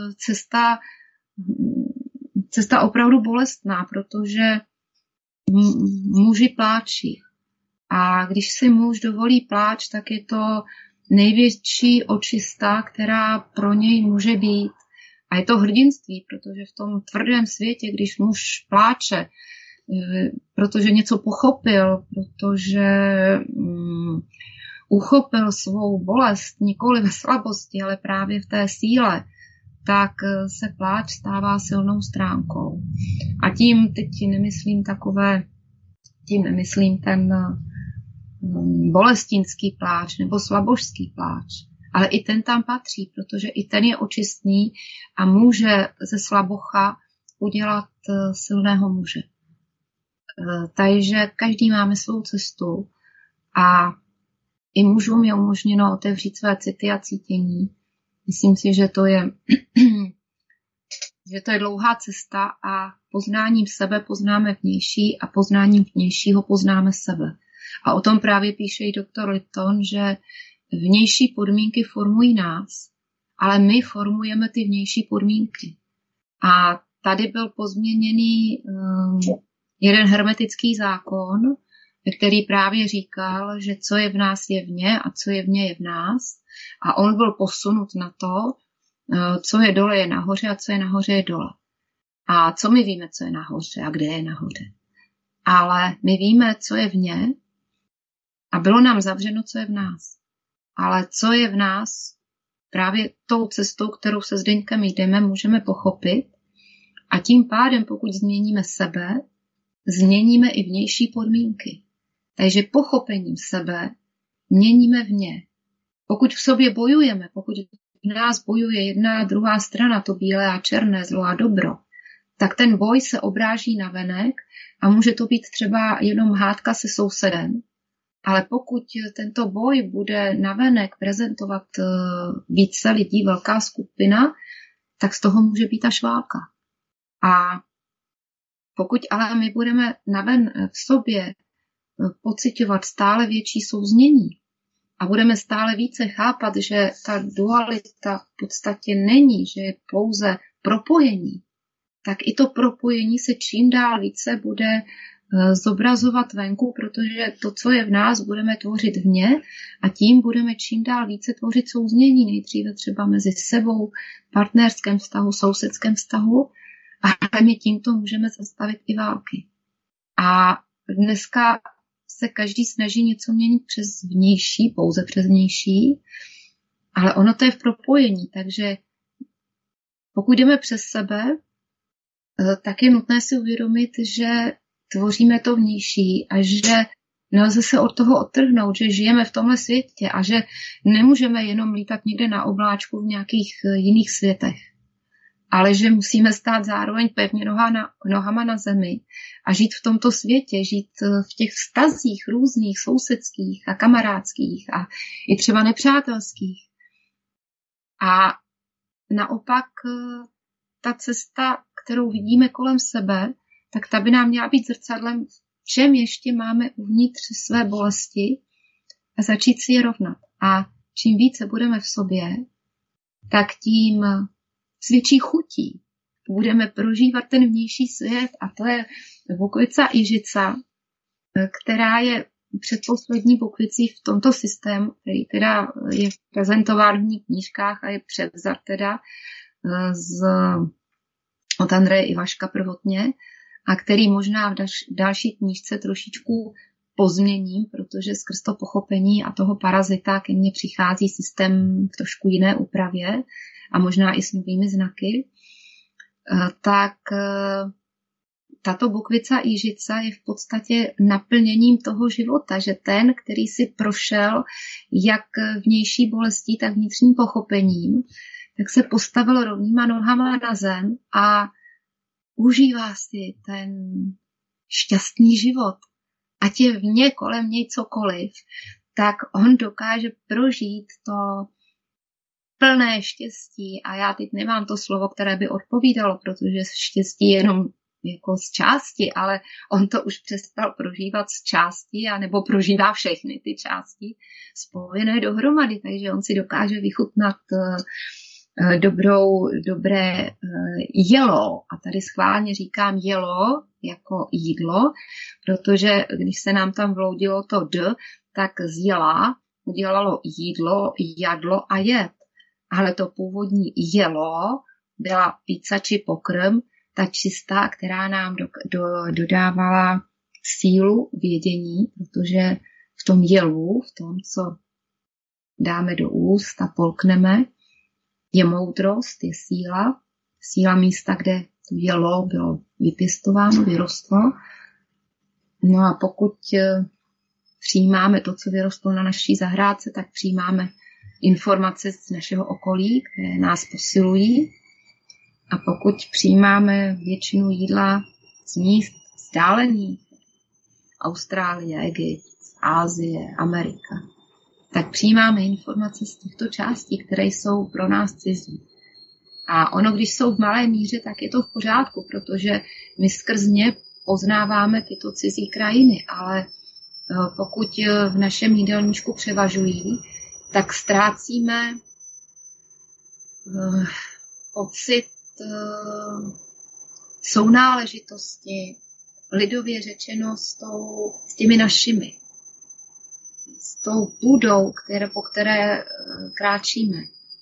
cesta opravdu bolestná, protože muži pláčí. A když si muž dovolí pláč, tak je to největší očista, která pro něj může být. A je to hrdinství, protože v tom tvrdém světě, když muž pláče, protože něco pochopil, protože uchopil svou bolest nikoli ve slabosti, ale právě v té síle, tak se pláč stává silnou stránkou. A tím teď nemyslím ten bolestinský pláč nebo slabožský pláč, ale i ten tam patří, protože i ten je očistný a může ze slabocha udělat silného muže. Takže každý máme svou cestu a i mužům je umožněno otevřít své city a cítění. Myslím si, že to je dlouhá cesta a poznáním sebe poznáme vnější a poznáním vnějšího poznáme sebe. A o tom právě píše i doktor Lipton, že vnější podmínky formují nás, ale my formujeme ty vnější podmínky. A tady byl pozměněný jeden hermetický zákon, který právě říkal, že co je v nás je vně a co je vně je v nás. A on byl posunut na to, co je dole je nahoře a co je nahoře je dole. A co my víme, co je nahoře a kde je nahoře. Ale my víme, co je vně a bylo nám zavřeno, co je v nás. Ale co je v nás, právě tou cestou, kterou se Zdeňkem jdeme, můžeme pochopit. A tím pádem, pokud změníme sebe, změníme i vnější podmínky. Takže pochopením sebe měníme vně. Pokud v sobě bojujeme, pokud v nás bojuje jedna a druhá strana, to bílé a černé, zlo a dobro, tak ten boj se obráží na venek a může to být třeba jenom hádka se sousedem. Ale pokud tento boj bude navenek prezentovat více lidí, velká skupina, tak z toho může být až válka. A pokud ale my budeme naven v sobě pociťovat stále větší souznění a budeme stále více chápat, že ta dualita v podstatě není, že je pouze propojení, tak i to propojení se čím dál více bude zobrazovat venku, protože to, co je v nás, budeme tvořit vně a tím budeme čím dál více tvořit souznění, nejdříve třeba mezi sebou, partnerském vztahu, sousedském vztahu a my tímto můžeme zastavit i války. A dneska se každý snaží něco měnit přes vnější, pouze přes vnější Ale ono to je v propojení, takže pokud jdeme přes sebe, tak je nutné si uvědomit, že tvoříme to vnější a že nelze se od toho odtrhnout, že žijeme v tomhle světě a že nemůžeme jenom lítat někde na obláčku v nějakých jiných světech, ale že musíme stát zároveň pevně nohama na zemi a žít v tomto světě, žít v těch vztazích různých, sousedských a kamarádských a i třeba nepřátelských. A naopak ta cesta, kterou vidíme kolem sebe, tak ta by nám měla být zrcadlem, v čem ještě máme uvnitř své bolesti a začít si je rovnat. A čím více budeme v sobě, tak tím s větší chutí budeme prožívat ten vnější svět a to je Bukvica Ižica, která je předposlední bukvicí v tomto systému, který teda je prezentován v mých knížkách a je převzat teda od Andreje Ivaška prvotně a který možná v další knížce trošičku pozměním, protože skrz to pochopení a toho parazita ke mně přichází systém v trošku jiné úpravě a možná i s novými znaky, tak tato Bukvica Ižica je v podstatě naplněním toho života, že ten, který si prošel jak vnější bolestí, tak vnitřním pochopením, tak se postavil rovnýma nohama na zem a užívá si ten šťastný život. Ať je vně kolem něj cokoliv, tak on dokáže prožít to plné štěstí. A já teď nemám to slovo, které by odpovídalo, protože štěstí je jenom jako z části, ale on to už přestal prožívat z části, anebo prožívá všechny ty části spojené dohromady, takže on si dokáže vychutnat dobré jelo. A tady schválně říkám jelo jako jídlo, protože když se nám tam vloudilo to d, tak z jela udělalo jídlo, jadlo a jet. Ale to původní jelo byla pizza či pokrm, ta čistá, která nám dodávala sílu vědění, protože v tom jelu, v tom, co dáme do úst a polkneme, je moudrost, je síla místa, kde to jelo bylo vypěstováno, vyrostlo. No a pokud přijímáme to, co vyrostlo na naší zahrádce, tak přijímáme informace z našeho okolí, které nás posilují. A pokud přijímáme většinu jídla z míst vzdálených, Austrálie, Egypt, Asie, Amerika, tak přijímáme informace z těchto částí, které jsou pro nás cizí. A ono, když jsou v malé míře, tak je to v pořádku, protože my skrz ně poznáváme tyto cizí krajiny, ale pokud v našem jídelníčku převažují, tak ztrácíme pocit sounáležitosti, lidově řečeno s těmi našimi, s tou půdou, po které kráčíme.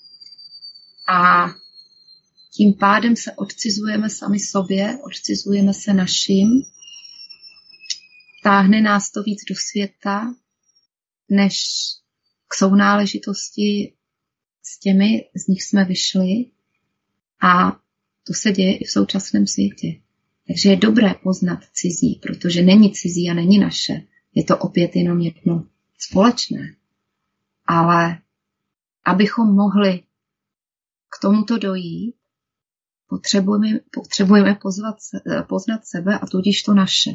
A tím pádem se odcizujeme sami sobě, odcizujeme se našim, táhne nás to víc do světa, než k sounáležitosti s těmi, z nich jsme vyšli. A to se děje i v současném světě. Takže je dobré poznat cizí, protože není cizí a není naše. Je to opět jenom jedno společné. Ale abychom mohli k tomuto dojít, potřebujeme poznat sebe a tudíž to naše.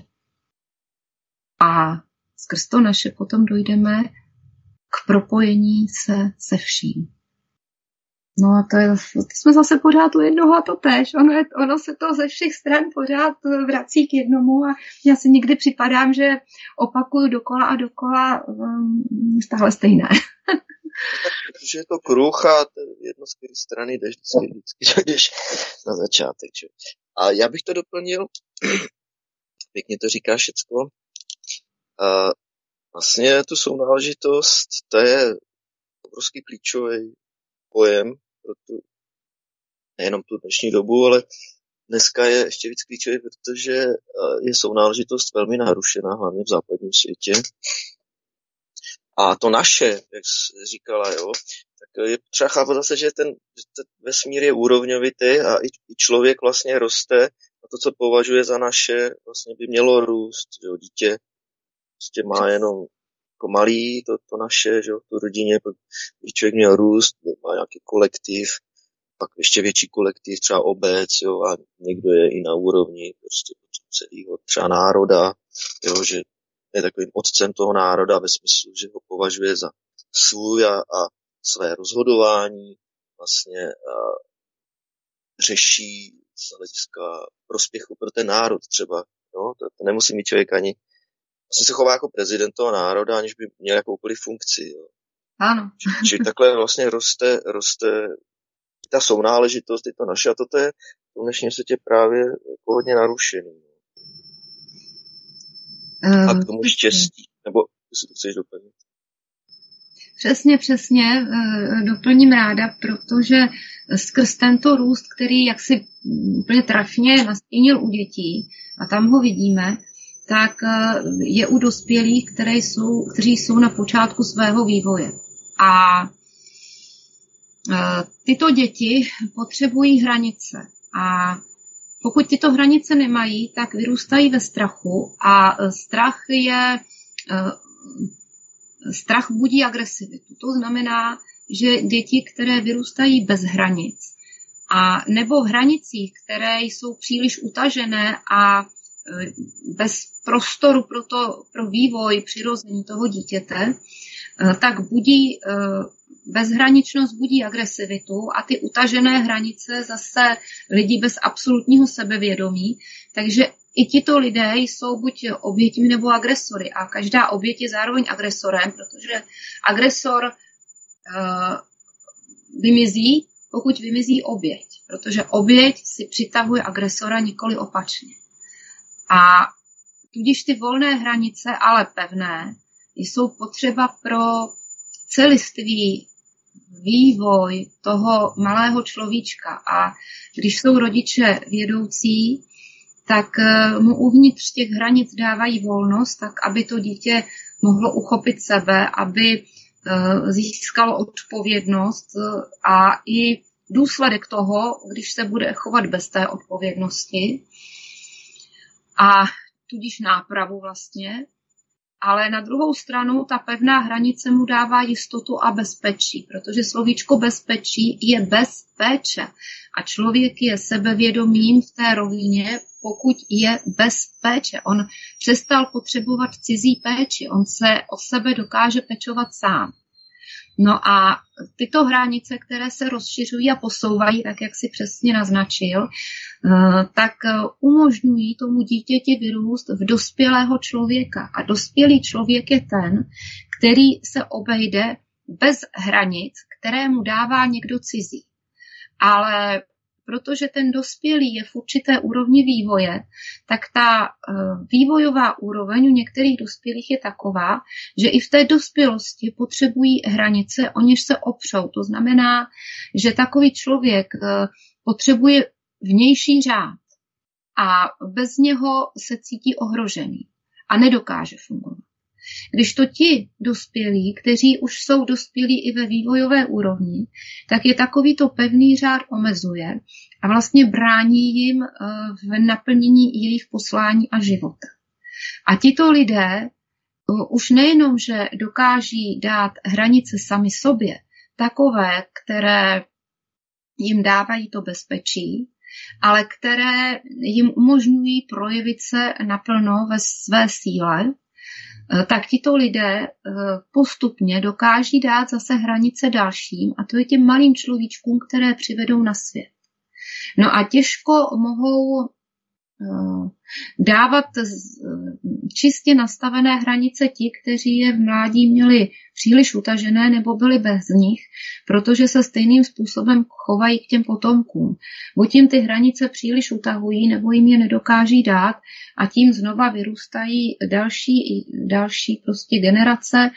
A skrz to naše potom dojdeme k propojení se vším. No a to jsme zase pořád u jednoho a to též. Ono se to ze všech stran pořád vrací k jednomu a já si někdy připadám, že opakuju dokola a dokola stále stejné. Protože je to kruh a jedno z které strany jdeš vždycky jdeš na začátek. Že? A já bych to doplnil, pěkně to říká všecko, vlastně tu sounáležitost, to je obrovský klíčový pojem pro nejenom tu dnešní dobu, ale dneska je ještě víc klíčový, protože je sounáležitost velmi narušená, hlavně v západním světě. A to naše, jak jsi říkala, jo, tak je třeba chápat zase, že ten vesmír je úrovňovitý a i člověk vlastně roste a to, co považuje za naše, vlastně by mělo růst. Že dítě prostě má jenom jako malý to naše, že v rodině, když člověk měl růst, má nějaký kolektiv, pak ještě větší kolektiv, třeba obec, jo, a někdo je i na úrovni prostě celého třeba národa, jo, že je takovým otcem toho národa ve smyslu, že ho považuje za svůj a své rozhodování vlastně řeší z hlediska prospěchu pro ten národ třeba. Jo? To nemusí mít člověk ani vlastně se chová jako prezident toho národa, aniž by měl jakoukoliv funkci. Jo? Ano. Čili takhle vlastně roste ta sounáležitost, je to naše, a toto je v dnešním světě právě jako hodně narušený. A k tomu štěstí, nebo jestli to chceš doplnit? Přesně, doplním ráda, protože skrz tento růst, který jaksi úplně trefně nastínil u dětí, a tam ho vidíme, tak je u dospělých, kteří jsou na počátku svého vývoje. A tyto děti potřebují hranice. A pokud tyto hranice nemají, tak vyrůstají ve strachu a strach budí agresivitu. To znamená, že děti, které vyrůstají bez hranic a nebo v hranicích, které jsou příliš utažené a bez prostoru pro vývoj přirození toho dítěte, tak bezhraničnost budí agresivitu a ty utažené hranice zase lidi bez absolutního sebevědomí. Takže i tito lidé jsou buď oběťmi nebo agresory a každá oběť je zároveň agresorem, protože agresor vymizí, pokud vymizí oběť, protože oběť si přitahuje agresora, nikoli opačně. A tudíž ty volné hranice, ale pevné, jsou potřeba pro celistvý vývoj toho malého človíčka. A když jsou rodiče vědoucí, tak mu uvnitř těch hranic dávají volnost, tak aby to dítě mohlo uchopit sebe, aby získalo odpovědnost a i důsledek toho, když se bude chovat bez té odpovědnosti a tudíž nápravu vlastně. Ale na druhou stranu ta pevná hranice mu dává jistotu a bezpečí, protože slovíčko bezpečí je bez péče a člověk je sebevědomým v té rovině, pokud je bez péče. On přestal potřebovat cizí péči, on se o sebe dokáže pečovat sám. No a tyto hranice, které se rozšiřují a posouvají, tak jak si přesně naznačil, tak umožňují tomu dítěti vyrůst v dospělého člověka. A dospělý člověk je ten, který se obejde bez hranic, které mu dává někdo cizí. Ale protože ten dospělý je v určité úrovni vývoje, tak ta vývojová úroveň u některých dospělých je taková, že i v té dospělosti potřebují hranice, o něž se opřou. To znamená, že takový člověk potřebuje vnější řád a bez něho se cítí ohrožený a nedokáže fungovat. Když to ti dospělí, kteří už jsou dospělí i ve vývojové úrovni, tak je takovýto pevný řád omezuje a vlastně brání jim v naplnění jejich poslání a života. A tito lidé už nejenom, že dokáží dát hranice sami sobě, takové, které jim dávají to bezpečí, ale které jim umožňují projevit se naplno ve své síle, tak tito lidé postupně dokáží dát zase hranice dalším, a to je těm malým človíčkům, které přivedou na svět. No a těžko mohou dávat čistě nastavené hranice ti, kteří je v mládí měli příliš utažené nebo byli bez nich, protože se stejným způsobem chovají k těm potomkům. Buď jim ty hranice příliš utahují, nebo jim je nedokáží dát a tím znova vyrůstají další prostě generace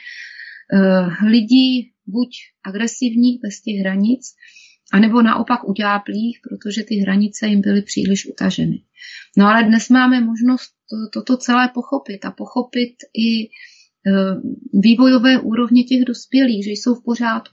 lidí, buď agresivních bez těch hranic, anebo naopak uďáplých, protože ty hranice jim byly příliš utaženy. No ale dnes máme možnost toto celé pochopit a pochopit i vývojové úrovně těch dospělých, že jsou v pořádku.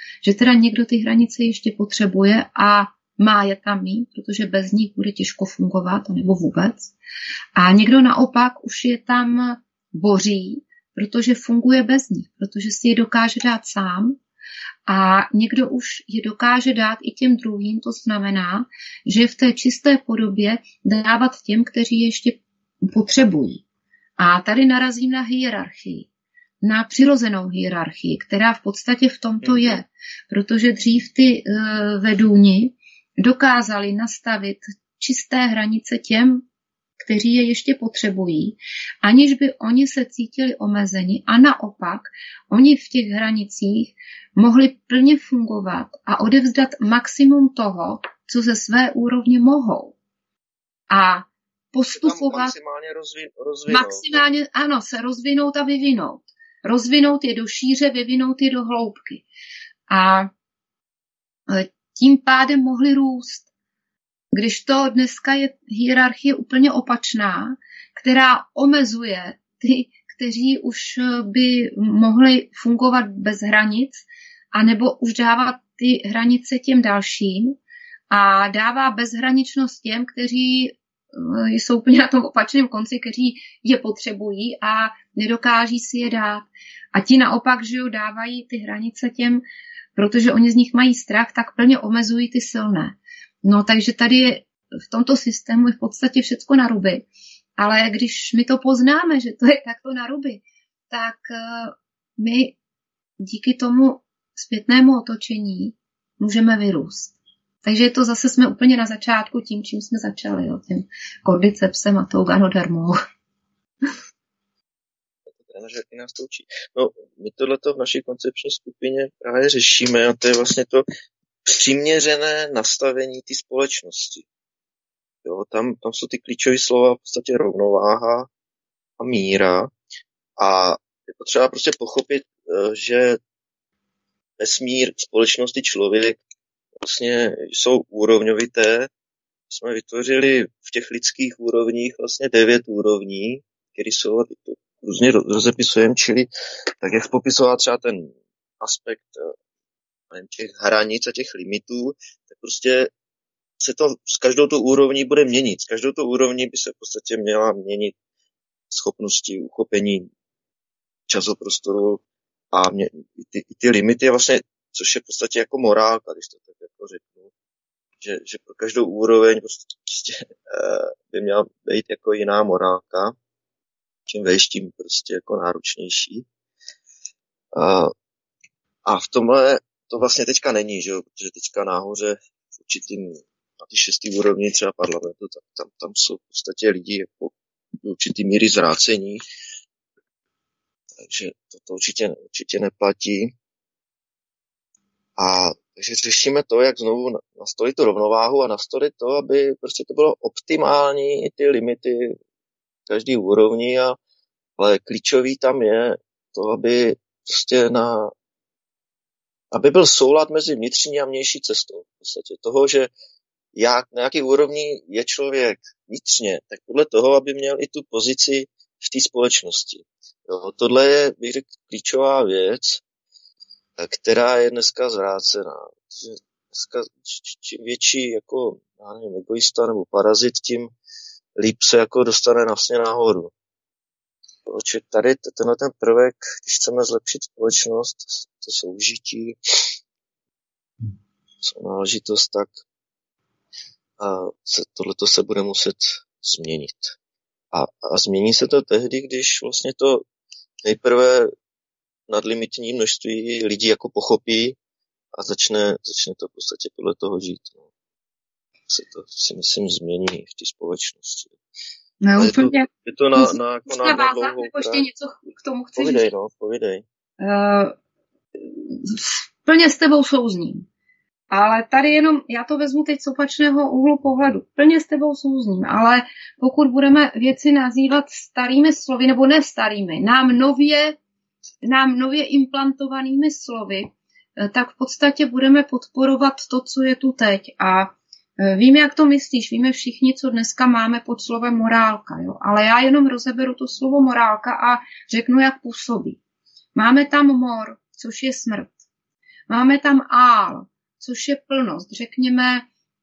že teda někdo ty hranice ještě potřebuje a má je tam mít, protože bez nich bude těžko fungovat, nebo vůbec. A někdo naopak už je tam boří, protože funguje bez nich, protože si je dokáže dát sám. A někdo už je dokáže dát i těm druhým, to znamená, že v té čisté podobě dávat těm, kteří ještě potřebují. A tady narazím na hierarchii, na přirozenou hierarchii, která v podstatě v tomto je, protože dřív ty vedúni dokázali nastavit čisté hranice těm, kteří je ještě potřebují, aniž by oni se cítili omezeni a naopak oni v těch hranicích mohli plně fungovat a odevzdat maximum toho, co ze své úrovně mohou. A postupovat maximálně rozvinout. Maximálně, ano, se rozvinout a vyvinout. Rozvinout je do šíře, vyvinout je do hloubky. A tím pádem mohli růst. Když to dneska je hierarchie úplně opačná, která omezuje ty, kteří už by mohli fungovat bez hranic, anebo už dávat ty hranice těm dalším a dává bezhraničnost těm, kteří jsou úplně na tom opačném konci, kteří je potřebují a nedokáží si je dát. A ti naopak, že jo, dávají ty hranice těm, protože oni z nich mají strach, tak plně omezují ty silné. No takže tady je v tomto systému je v podstatě všecko na ruby. Ale když my to poznáme, že to je takto na ruby, tak my díky tomu zpětnému otočení můžeme vyrůst. Takže to zase jsme úplně na začátku tím, čím jsme začali, jo, tím kordycepsem a tou ganodermou. Trenažerky nás to učí. No, my tohleto v naší koncepční skupině právě řešíme a to je vlastně to přiměřené nastavení té společnosti. Jo, tam jsou ty klíčové slova v podstatě rovnováha a míra a je potřeba prostě pochopit, že vesmír, společnosti, člověk vlastně jsou úrovňovité. Jsme vytvořili v těch lidských úrovních vlastně 9 úrovní, které jsou různě rozepisujeme, čili tak jak popisoval třeba ten aspekt těch hranic a těch limitů, tak prostě se to s každou tou úrovní bude měnit. S každou tou úrovní by se v podstatě měla měnit schopnosti uchopení časoprostoru a ty limity vlastně, což je v podstatě jako morálka, když to tak jako řeknu, že pro každou úroveň prostě by měla být jako jiná morálka, čím vejš, tím prostě jako náročnější. A v tomhle to vlastně teďka není, že jo, protože teďka nahoře v určitým, na ty 6. úrovni třeba parlamentu, tak tam jsou v podstatě lidi jako do určitý míry zvrácení, takže to určitě neplatí. A takže řešíme to, jak znovu nastolit tu rovnováhu a nastolit to, aby prostě to bylo optimální, ty limity každý úrovni, ale klíčový tam je to, aby prostě aby byl soulad mezi vnitřní a vnější cestou. V podstatě toho, že na jaký úrovni je člověk vnitřně, tak podle toho, aby měl i tu pozici v té společnosti. Jo, tohle je, bych řekl, klíčová věc, která je dneska zvrácená. Dneska čím větší jako, já nevím, egoista nebo parazit, tím líp se jako dostane vlastně nahoru. Protože tady tenhle ten prvek, když chceme zlepšit společnost, to soužití, náležitost, tak tohleto se bude muset změnit. A změní se to tehdy, když vlastně to nejprve nadlimitní množství lidí jako pochopí a začne to v podstatě podle toho žít. No. Se to si myslím změní v té společnosti. No, úplně. Je to na dlouhou ještě něco k tomu chci říct. Povídej. Plně s tebou souzním. Ale tady jenom, já to vezmu teď z opačného úhlu pohledu. Plně s tebou souzním, ale pokud budeme věci nazývat starými slovy, nebo ne starými, nám nově implantovanými slovy, tak v podstatě budeme podporovat to, co je tu teď. A víme, jak to myslíš, víme všichni, co dneska máme pod slovem morálka. Jo? Ale já jenom rozeberu to slovo morálka a řeknu, jak působí. Máme tam mor, což je smrt. Máme tam ál, což je plnost. Řekněme,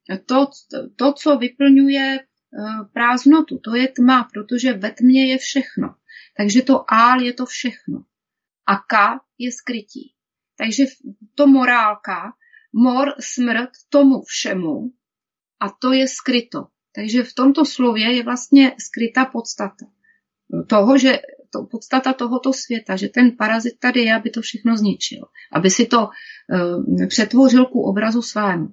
to co vyplňuje prázdnotu, to je tma, protože ve tmě je všechno. Takže to ál je to všechno. A ka je skrytí. Takže to morálka, mor, smrt, tomu všemu, a to je skryto. Takže v tomto slově je vlastně skrytá podstata toho, že podstata tohoto světa, že ten parazit tady je, aby to všechno zničil. Aby si to přetvořil ku obrazu svému.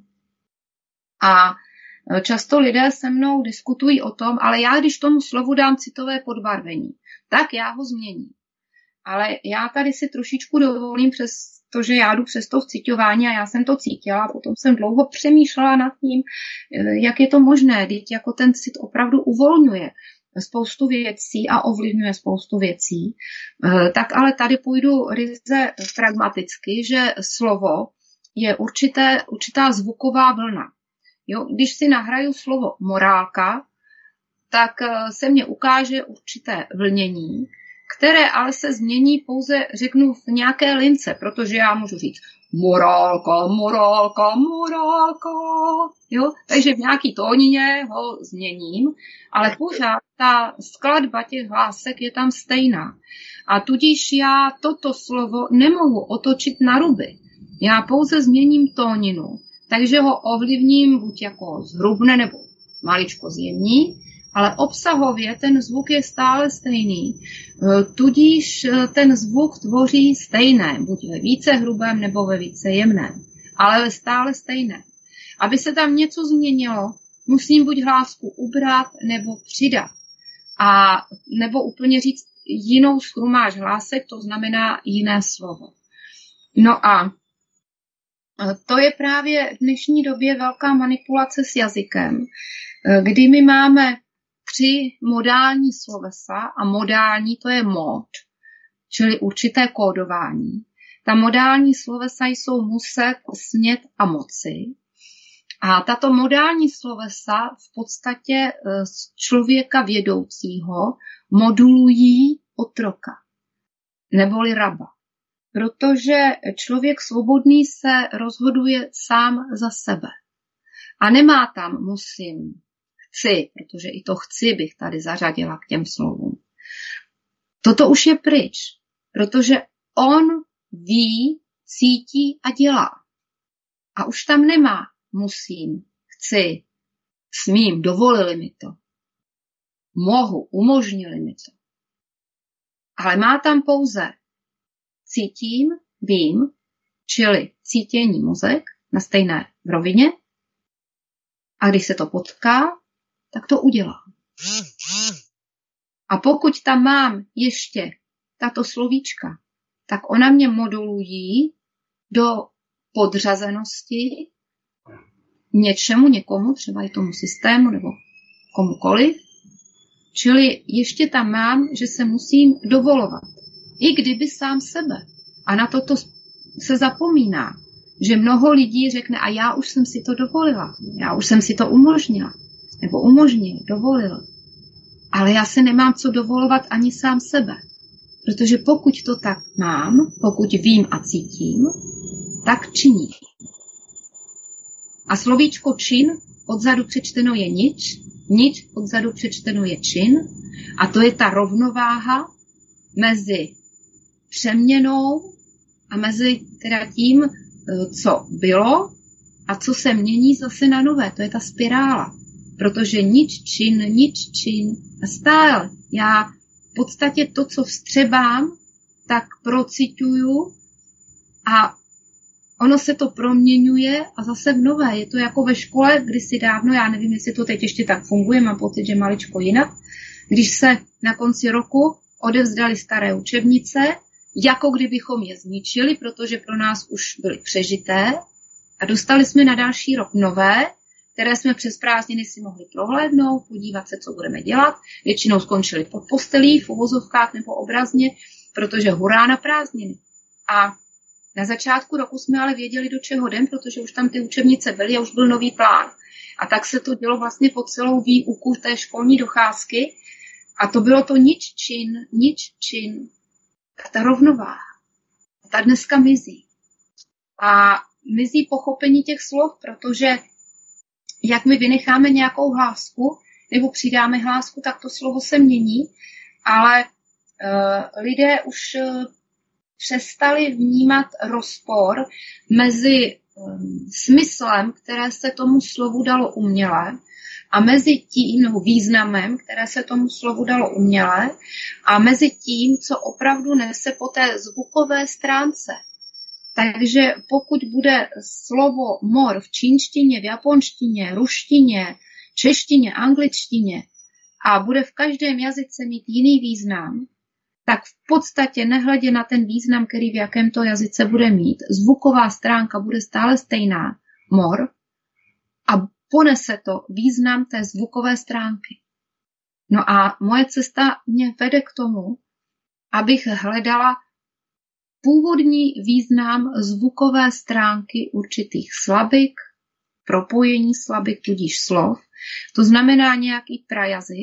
A často lidé se mnou diskutují o tom, ale já když tomu slovu dám citové podbarvení, tak já ho změním. Ale já tady si trošičku dovolím, přes to, že já jdu přes to vciťování a já jsem to cítila, potom jsem dlouho přemýšlela nad tím, jak je to možné, když jako ten cit opravdu uvolňuje spoustu věcí a ovlivňuje spoustu věcí, tak ale tady půjdu ryze pragmaticky, že slovo je určitá zvuková vlna. Jo, když si nahraju slovo morálka, tak se mně ukáže určité vlnění, které ale se změní pouze, řeknu, v nějaké lince, protože já můžu říct morálka, morálka, morálka, jo, takže v nějaký tónině ho změním, ale pořád ta skladba těch hlásek je tam stejná. A tudíž já toto slovo nemohu otočit na ruby. Já pouze změním tóninu, takže ho ovlivním buď jako zhrubne nebo maličko zjemní, ale obsahově ten zvuk je stále stejný. Tudíž ten zvuk tvoří stejné, buď ve více hrubém nebo ve více jemném, ale stále stejné. Aby se tam něco změnilo, musím buď hlásku ubrat nebo přidat. A nebo úplně říct jinou schrumáž hlásek, to znamená jiné slovo. No a to je právě v dnešní době velká manipulace s jazykem, kdy my máme 3 modální slovesa a modální to je mod, čili určité kódování. Ta modální slovesa jsou muset, smět a moci. A tato modální slovesa v podstatě z člověka vědoucího modulují otroka, neboli raba. Protože člověk svobodný se rozhoduje sám za sebe. A nemá tam musím, chci, protože i to chci bych tady zařadila k těm slovům. Toto už je pryč, protože on ví, cítí a dělá. A už tam nemá musím, chci, smím, dovolili mi to. Mohu, umožnili mi to. Ale má tam pouze cítím, vím, čili cítění mozek na stejné rovině. A když se to potká, tak to udělám. A pokud tam mám ještě tato slovíčka, tak ona mě modulují do podřazenosti něčemu, někomu, třeba i tomu systému nebo komukoliv. Čili ještě tam mám, že se musím dovolovat. I kdyby sám sebe. A na toto se zapomíná, že mnoho lidí řekne, a já už jsem si to dovolila, já už jsem si to umožnila, nebo umožnil, dovolil. Ale já se nemám co dovolovat ani sám sebe. Protože pokud to tak mám, pokud vím a cítím, tak činím. A slovíčko čin odzadu přečteno je nič, nič odzadu přečteno je čin, a to je ta rovnováha mezi přeměnou a mezi teda tím, co bylo a co se mění zase na nové. To je ta spirála. Protože nič čin a stále já v podstatě to, co vstřebám, tak prociťuju a ono se to proměňuje a zase v nové. Je to jako ve škole kdysi dávno, já nevím, jestli to teď ještě tak funguje, mám pocit, že maličko jinak, když se na konci roku odevzdali staré učebnice, jako kdybychom je zničili, protože pro nás už byly přežité a dostali jsme na další rok nové, které jsme přes prázdniny si mohli prohlédnout, podívat se, co budeme dělat. Většinou skončili pod postelí, v uvozovkách nebo obrazně, protože hurá na prázdniny. A na začátku roku jsme ale věděli, do čeho jdem, protože už tam ty učebnice byly a už byl nový plán. A tak se to dělo vlastně po celou výuku té školní docházky. A to bylo to nič čin. Ta rovnováha. Ta dneska mizí. a mizí pochopení těch slov, protože jak my vynecháme nějakou hlásku nebo přidáme hlásku, tak to slovo se mění, ale lidé už přestali vnímat rozpor mezi smyslem, které se tomu slovu dalo uměle, a mezi tím, nebo významem, které se tomu slovu dalo uměle, a mezi tím, co opravdu nese po té zvukové stránce. Takže pokud bude slovo mor v čínštině, v japonštině, ruštině, češtině, angličtině a bude v každém jazyce mít jiný význam, tak v podstatě nehledě na ten význam, který v jakémto jazyce bude mít, zvuková stránka bude stále stejná, mor, a ponese to význam té zvukové stránky. No a moje cesta mě vede k tomu, abych hledala původní význam zvukové stránky určitých slabik, propojení slabik, tudíž slov. To znamená nějaký prajazyk,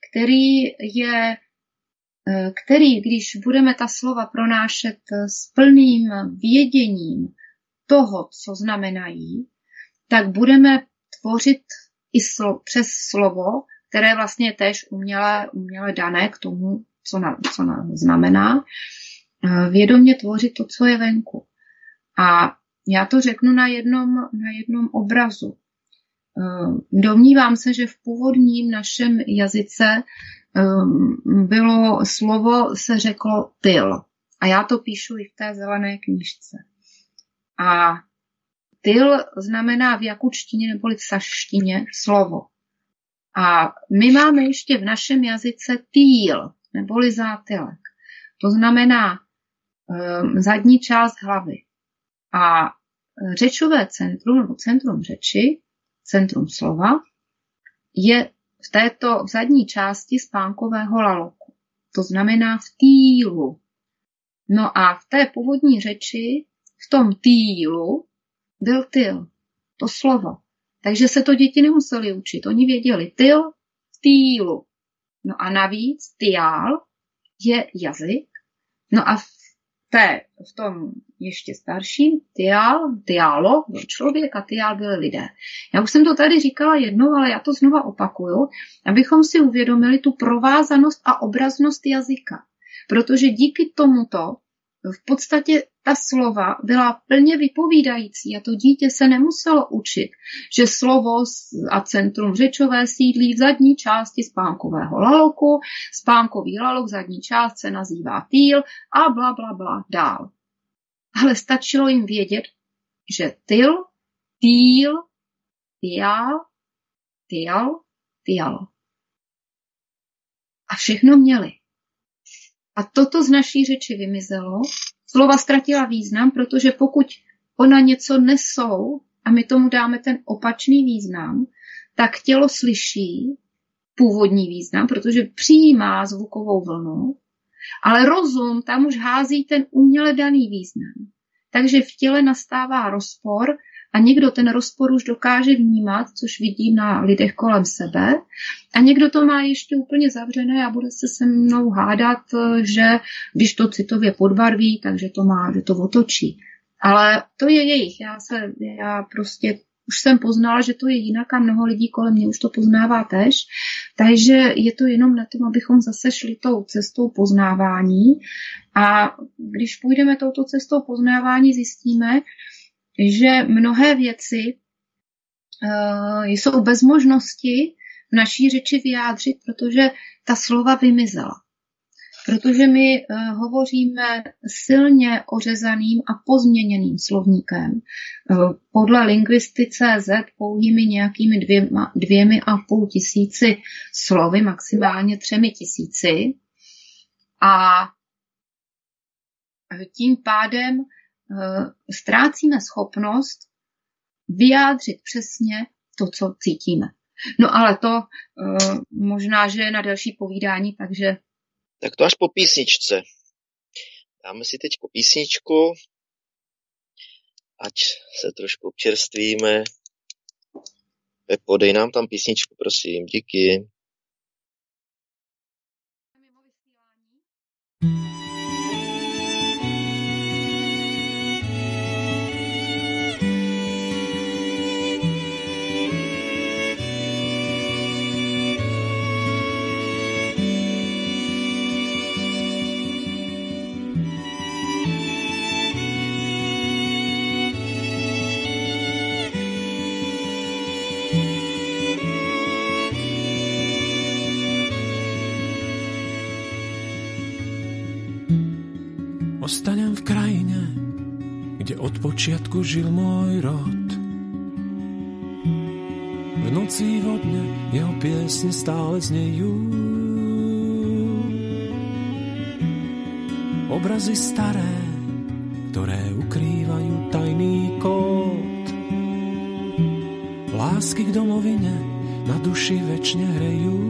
který, když budeme ta slova pronášet s plným věděním toho, co znamenají, tak budeme tvořit i přes slovo, které vlastně je též uměle dané k tomu, co znamená, vědomě tvořit to, co je venku. A já to řeknu na jednom obrazu. Domnívám se, že v původním našem jazyce bylo slovo, se řeklo tyl. A já to píšu i v té zelené knížce. A tyl znamená v jakučtině neboli v saštině slovo. A my máme ještě v našem jazyce týl, neboli zátylek. To znamená zadní část hlavy. A řečové centrum, nebo centrum řeči, centrum slova, je v zadní části spánkového laloku. To znamená v týlu. No a v té původní řeči, v tom týlu, byl tyl, to slovo. Takže se to děti nemuseli učit. Oni věděli tyl v týlu. No a navíc tyál je jazyk. No a v tom ještě starším tyálo byl člověk a tyál byli lidé. Já už jsem to tady říkala jednou, ale já to znova opakuju, abychom si uvědomili tu provázanost a obraznost jazyka. Protože díky tomuto v podstatě ta slova byla plně vypovídající a to dítě se nemuselo učit, že slovo a centrum řečové sídlí v zadní části spánkového laloku, spánkový lalok zadní část se nazývá týl a bla, bla, bla dál. Ale stačilo jim vědět, že tyl, týl, tyál, tyal, tyalo. A všechno měli. A toto z naší řeči vymizelo, slova ztratila význam, protože pokud ona něco nesou a my tomu dáme ten opačný význam, tak tělo slyší původní význam, protože přijímá zvukovou vlnu, ale rozum tam už hází ten uměle daný význam. Takže v těle nastává rozpor a někdo ten rozpor už dokáže vnímat, což vidím na lidech kolem sebe, a někdo to má ještě úplně zavřené a bude se mnou hádat, že když to citově podbarví, takže to otočí. Ale to je jejich. Já prostě už jsem poznala, že to je jinak a mnoho lidí kolem mě už to poznává též. Takže je to jenom na tom, abychom zase šli tou cestou poznávání. A když půjdeme touto cestou poznávání, zjistíme, že mnohé věci jsou bez možnosti v naší řeči vyjádřit, protože ta slova vymizela. Protože my hovoříme silně ořezaným a pozměněným slovníkem. Podle lingvisty.cz pouhými nějakými 2,5 tisíci slovy, maximálně 3 000. A tím pádem ztrácíme schopnost vyjádřit přesně to, co cítíme. No ale to možná, že je na delší povídání, takže... Tak to až po písničce. Dáme si teď písničku, ať se trošku občerstvíme. Pepo, dej nám tam písničku, prosím, díky. Ostanem v krajine, kde od počiatku žil môj rod. V noci vodne jeho piesne stále znejú. Obrazy staré, ktoré ukrývajú tajný kód. Lásky k domovine na duši večne hrejú.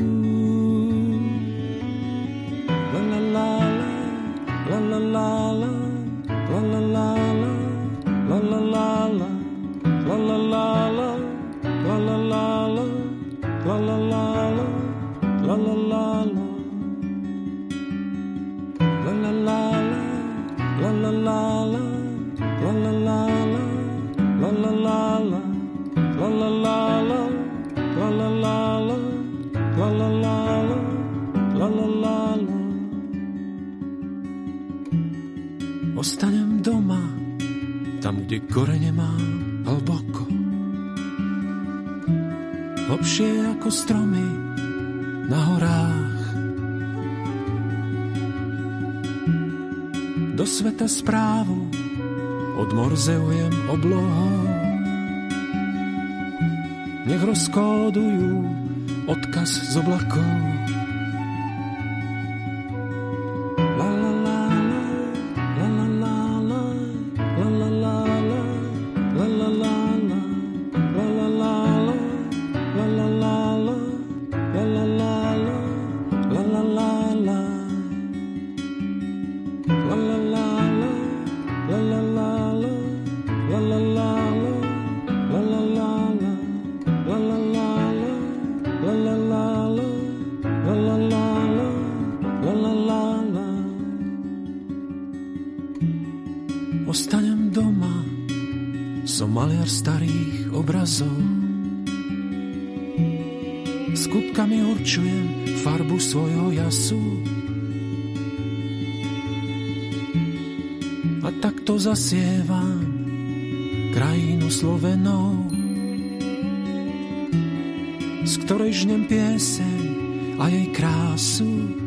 Ostanem doma, tam, kde korene mám hlboko. Hlbšie ako stromy na horách. Do sveta správu odmorzeujem oblohou. Nech rozkódujú odkaz z oblakov. Ostanem doma, som maliar starých obrazov. Skutkami určujem farbu svojho jasu. A takto zasievam krajinu slovenou, z ktorej žnem pieseň a jej krásu.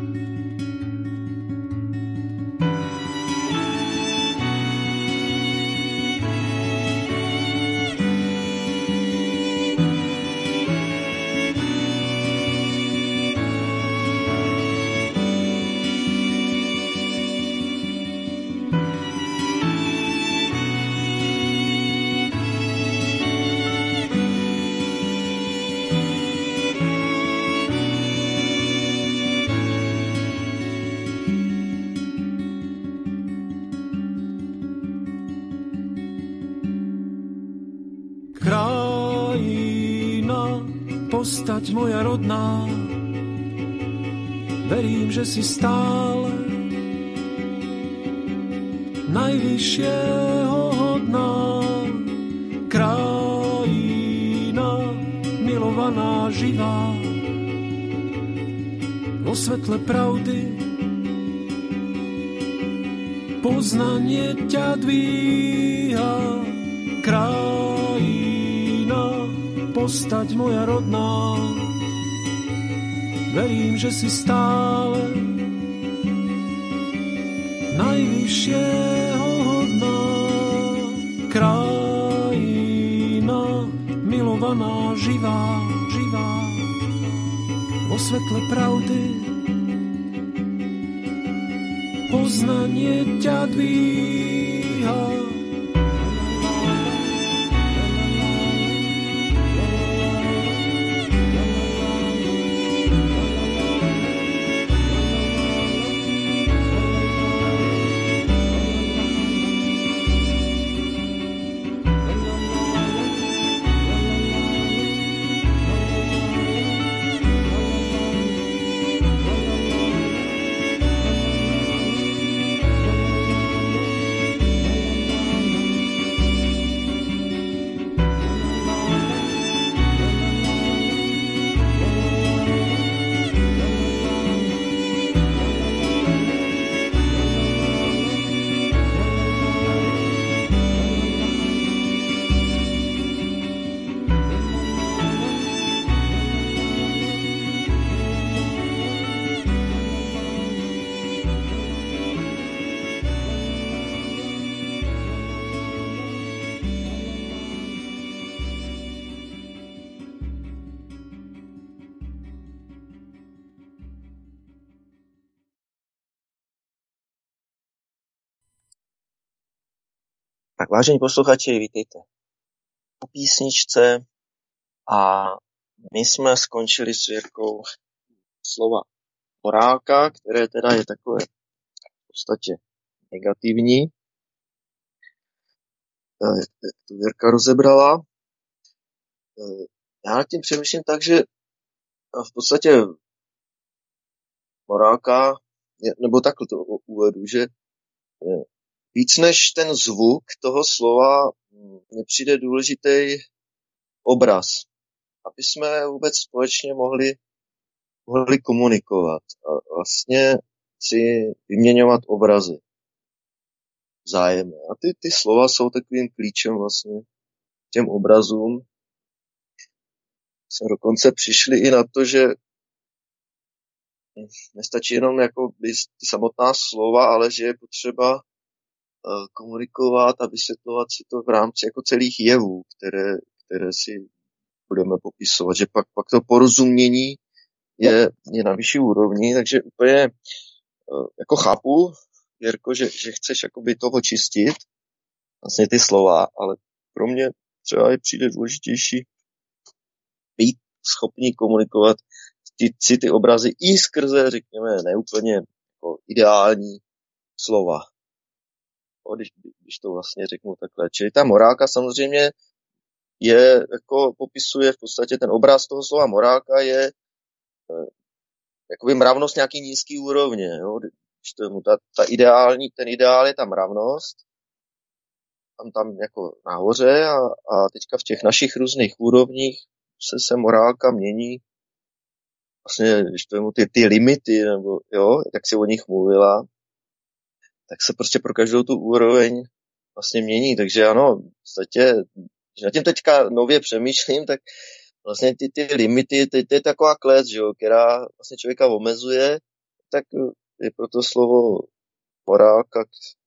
Krajina, postať moja rodná, verím, že si stále najvyššieho hodná. Krajina, milovaná, živá, vo svetle pravdy poznanie ťa dvíha. Krajina, postať moja rodná, verím, že si stále najvyššieho hodná. Krajina, milovaná, živá, živá, vo svetle pravdy poznanie ťa dvíha. Tak vážení posluchači, vítejte po písničce a my jsme skončili s Jirkou slova morálka, které teda je takové v podstatě negativní. Jak to Jirka rozebrala. Já nad tím přemýšlím tak, že v podstatě morálka, nebo takhle to uvedu, že víc než ten zvuk toho slova mně přijde důležitý obraz, aby jsme vůbec společně mohli komunikovat a vlastně si vyměňovat obrazy vzájemně. A ty slova jsou takovým klíčem vlastně těm obrazům. Jsme dokonce přišli i na to, že nestačí jenom jako ty samotná slova, ale že je potřeba komunikovat a vysvětlovat si to v rámci jako celých jevů, které si budeme popisovat, že pak to porozumění je na vyšší úrovni, takže úplně jako chápu, Jirko, že chceš jakoby toho čistit, vlastně ty slova, ale pro mě třeba je přijde důležitější být schopný komunikovat ty obrazy i skrze, řekněme, neúplně jako ideální slova. Když to vlastně řeknu takhle. Čili ta morálka samozřejmě je, jako popisuje v podstatě ten obraz toho slova morálka je jakoby mravnost nějaký nízký úrovně. Jo? Když ten ideál je ta mravnost, tam jako nahoře a teďka v těch našich různých úrovních se morálka mění. Vlastně, když to ty limity, nebo jo, jak si o nich mluvila, tak se prostě pro každou tu úroveň vlastně mění. Takže ano, v podstatě, když na tím teďka nově přemýšlím, tak vlastně ty limity, to je taková klec, že jo, která vlastně člověka omezuje, tak je proto slovo morálka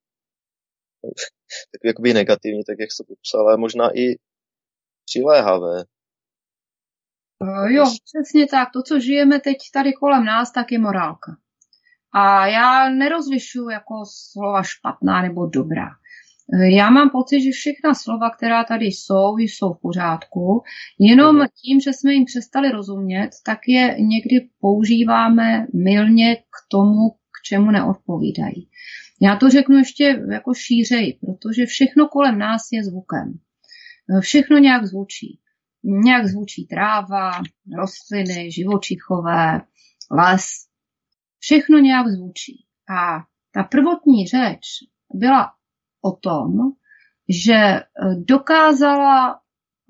tak jakoby negativní, tak jak se popsal, ale možná i přiléhavé. Jo, přesně tak. To, co žijeme teď tady kolem nás, tak je morálka. A já nerozlišuji jako slova špatná nebo dobrá. Já mám pocit, že všechna slova, která tady jsou v pořádku, jenom tím, že jsme jim přestali rozumět, tak je někdy používáme mylně k tomu, k čemu neodpovídají. Já to řeknu ještě jako šířeji, protože všechno kolem nás je zvukem. Všechno nějak zvučí. Nějak zvučí tráva, rostliny, živočichové, les. Všechno nějak zvučí. A ta prvotní řeč byla o tom, že dokázala,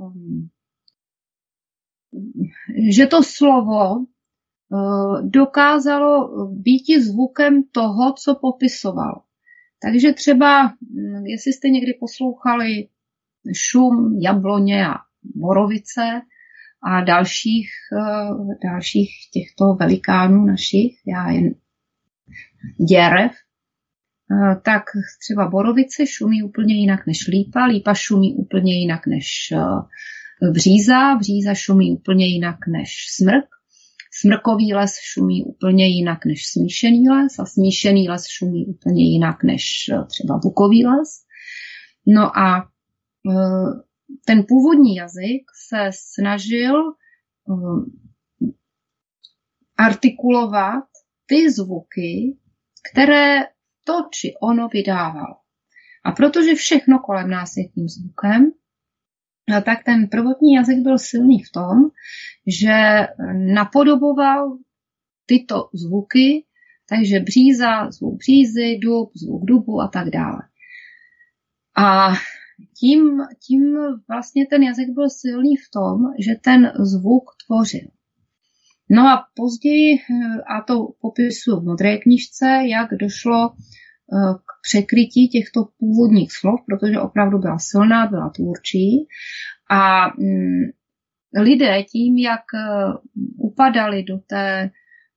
že to slovo dokázalo být zvukem toho, co popisoval. Takže třeba, jestli jste někdy poslouchali šum jabloně a borovice a dalších těchto velikánů našich, já jen děrev, tak třeba borovice šumí úplně jinak než lípa, lípa šumí úplně jinak než bříza šumí úplně jinak než smrk, smrkový les šumí úplně jinak než smíšený les a smíšený les šumí úplně jinak než třeba bukový les. No a ten původní jazyk se snažil artikulovat ty zvuky, které to či ono vydávalo. A protože všechno kolem nás je tím zvukem, tak ten prvotní jazyk byl silný v tom, že napodoboval tyto zvuky, takže bříza, zvuk břízy, dub, zvuk dubu a tak dále. A tím vlastně ten jazyk byl silný v tom, že ten zvuk tvořil. No a později, a to popisuju v modré knížce, jak došlo k překrytí těchto původních slov, protože opravdu byla silná, byla tvůrčí. A lidé tím, jak upadali do té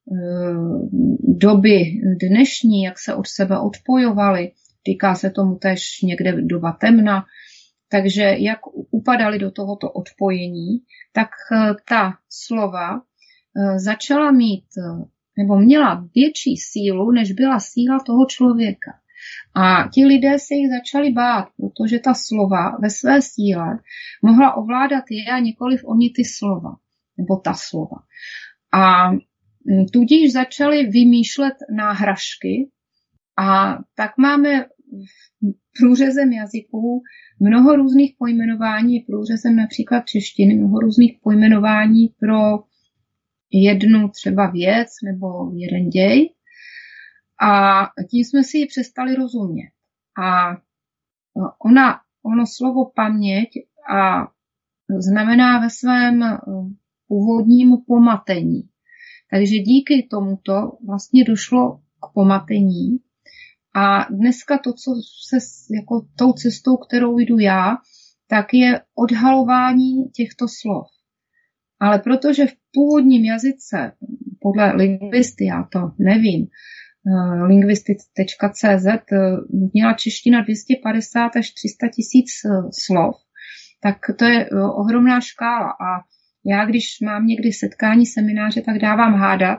doby dnešní, jak se od sebe odpojovali, týká se tomu též někde doba temna, takže jak upadali do tohoto odpojení, tak ta slova začala mít, nebo měla větší sílu, než byla síla toho člověka. A ti lidé se jich začali bát, protože ta slova ve své síle mohla ovládat je a nikoliv oni ty slova, nebo ta slova. A tudíž začali vymýšlet náhražky a tak máme průřezem jazyků mnoho různých pojmenování, průřezem například češtiny, mnoho různých pojmenování pro jednu třeba věc nebo jeden děj. A tím jsme si ji přestali rozumět. A ono slovo paměť a znamená ve svém původním pomatení. Takže díky tomuto vlastně došlo k pomatení. A dneska to, co se jako tou cestou, kterou jdu já, tak je odhalování těchto slov. Ale protože v původním jazyce, podle lingvisty, já to nevím, lingvisty.cz měla čeština 250 až 300 tisíc slov, tak to je ohromná škála. A já, když mám někdy setkání, semináře, tak dávám hádat,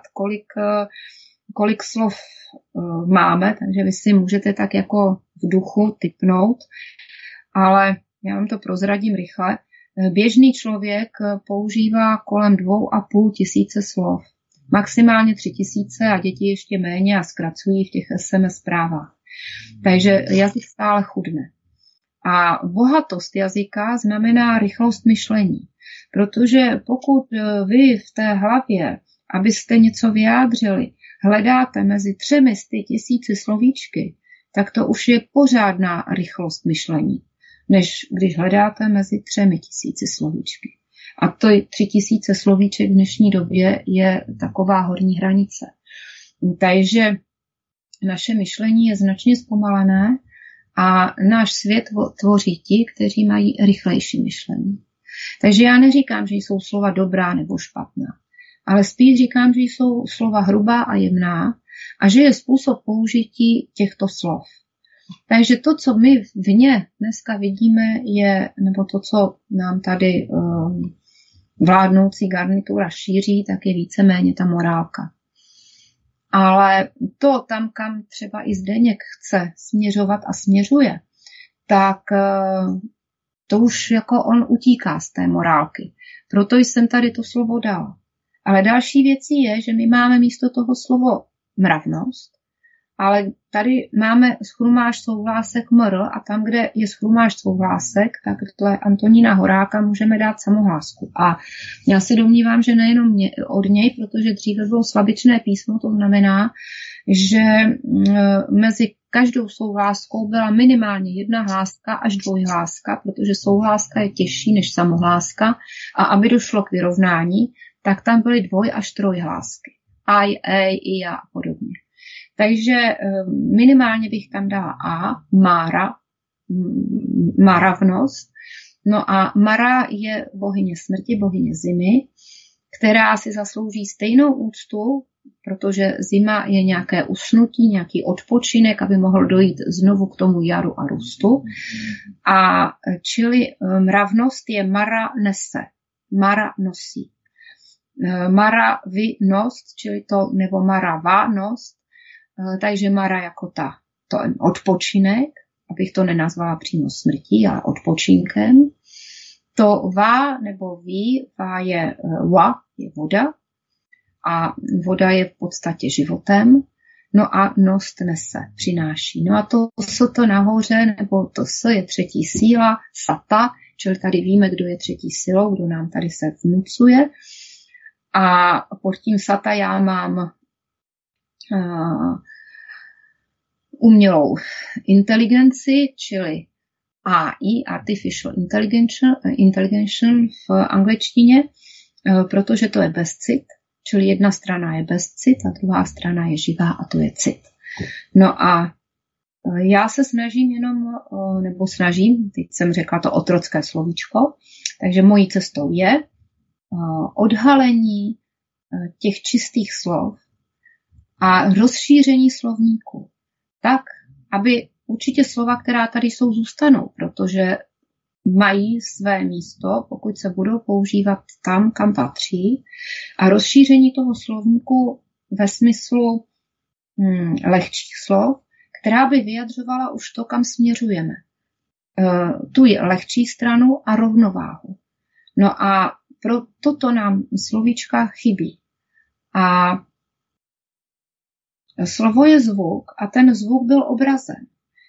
kolik slov máme, takže vy si můžete tak jako v duchu tipnout, ale já vám to prozradím rychle. Běžný člověk používá kolem 2,5 tisíce slov. Maximálně 3 tisíce a děti ještě méně a zkracují v těch SMS zprávách. Takže jazyk stále chudne. A bohatost jazyka znamená rychlost myšlení. Protože pokud vy v té hlavě, abyste něco vyjádřili, hledáte mezi 300 tisíci slovíčky, tak to už je pořádná rychlost myšlení, než když hledáte mezi 3 tisíci slovíčky. A to 3 tisíce slovíček v dnešní době je taková horní hranice. Takže naše myšlení je značně zpomalené a náš svět tvoří ti, kteří mají rychlejší myšlení. Takže já neříkám, že jsou slova dobrá nebo špatná, ale spíš říkám, že jsou slova hrubá a jemná a že je způsob použití těchto slov. Takže to, co my v ně dneska vidíme, je, nebo to, co nám tady vládnoucí garnitura šíří, tak je víceméně ta morálka. Ale to tam, kam třeba i Zdeněk chce směřovat a směřuje, tak to už jako on utíká z té morálky. Proto jsem tady to slovo dala. Ale další věcí je, že my máme místo toho slovo mravnost, ale tady máme schrumáž souhlásek mr a tam, kde je schrumáž souhlásek, tak dle Antonína Horáka můžeme dát samohlásku. A já si domnívám, že nejenom od něj, protože dříve bylo slabičné písmo, to znamená, že mezi každou souhláskou byla minimálně jedna hláska až dvojhláska, protože souhláska je těžší než samohláska a aby došlo k vyrovnání, tak tam byly 2 až 3 hlásky. I, ej, i, já a podobně. Takže minimálně bych tam dala a, mára, maravnost. No a Mara je bohyně smrti, bohyně zimy, která si zaslouží stejnou úctu, protože zima je nějaké usnutí, nějaký odpočinek, aby mohl dojít znovu k tomu jaru a růstu. A čili mravnost je Mara nese, Mara nosí. Mara vynost, čili to, nebo Mara vánost, takže Mara jako to odpočinek, abych to nenazvala přímo smrtí, ale odpočinkem. To vá nebo ví, vá je voda a voda je v podstatě životem, no a nost nese, přináší. No a to to nahoře, nebo to je třetí síla, sata, čili tady víme, kdo je třetí silou, kdo nám tady se vnucuje. A pod tím sata já mám umělou inteligenci, čili AI, Artificial Intelligence v angličtině, protože to je bezcit, čili jedna strana je bezcit a druhá strana je živá a to je cit. No a já se snažím teď jsem řekla to otrocké slovíčko, takže mojí cestou je odhalení těch čistých slov a rozšíření slovníku. Tak, aby určitě slova, která tady jsou, zůstanou, protože mají své místo, pokud se budou používat tam, kam patří. A rozšíření toho slovníku ve smyslu lehčích slov, která by vyjadřovala už to, kam směřujeme. Tu je lehčí stranu a rovnováhu. No a pro toto nám slovíčka chybí. A slovo je zvuk a ten zvuk byl obrazem.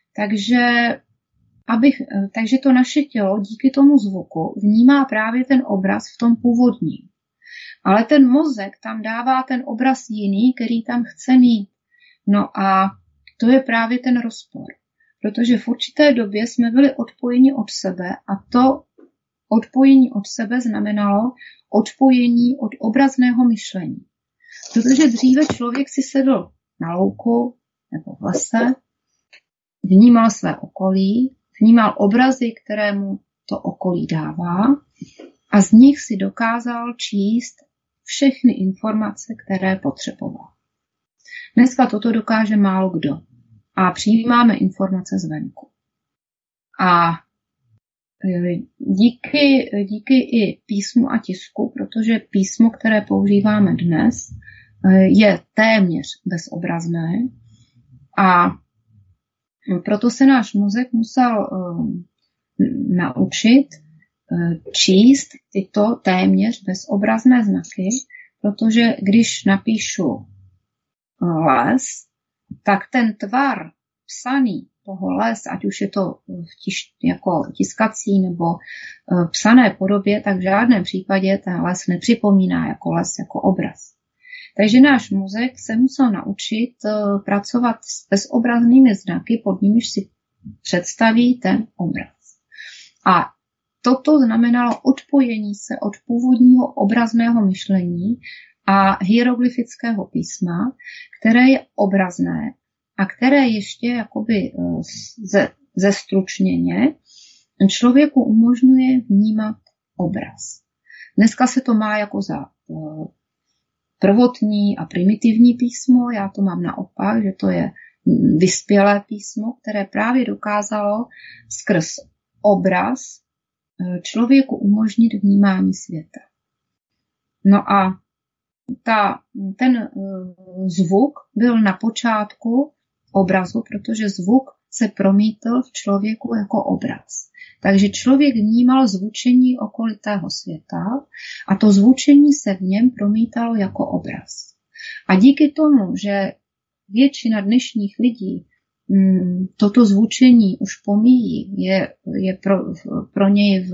Takže to naše tělo díky tomu zvuku vnímá právě ten obraz v tom původním. Ale ten mozek tam dává ten obraz jiný, který tam chce mít. No a to je právě ten rozpor. Protože v určité době jsme byli odpojeni od sebe a to odpojení od sebe znamenalo odpojení od obrazného myšlení. Protože dříve člověk si sedl na louku nebo v lese, vnímal své okolí, vnímal obrazy, které mu to okolí dává a z nich si dokázal číst všechny informace, které potřeboval. Dneska toto dokáže málo kdo a přijímáme informace zvenku. A díky i písmu a tisku, protože písmo, které používáme dnes, je téměř bezobrazné a proto se náš mozek musel naučit číst tyto téměř bezobrazné znaky, protože když napíšu les, tak ten tvar psaný toho les, ať už je to jako tiskací nebo psané podobě, tak v žádném případě ten les nepřipomíná jako les, jako obraz. Takže náš mozek se musel naučit pracovat s bezobraznými znaky, pod nimiž si představí ten obraz. A toto znamenalo odpojení se od původního obrazného myšlení a hieroglyfického písma, které je obrazné a které ještě jakoby zestručněně člověku umožňuje vnímat obraz. Dneska se to má jako za prvotní a primitivní písmo, já to mám naopak, že to je vyspělé písmo, které právě dokázalo skrz obraz člověku umožnit vnímání světa. No a ten zvuk byl na počátku obrazu, protože zvuk se promítl v člověku jako obraz. Takže člověk vnímal zvučení okolitého světa a to zvučení se v něm promítalo jako obraz. A díky tomu, že většina dnešních lidí toto zvučení už pomíjí, je pro něj v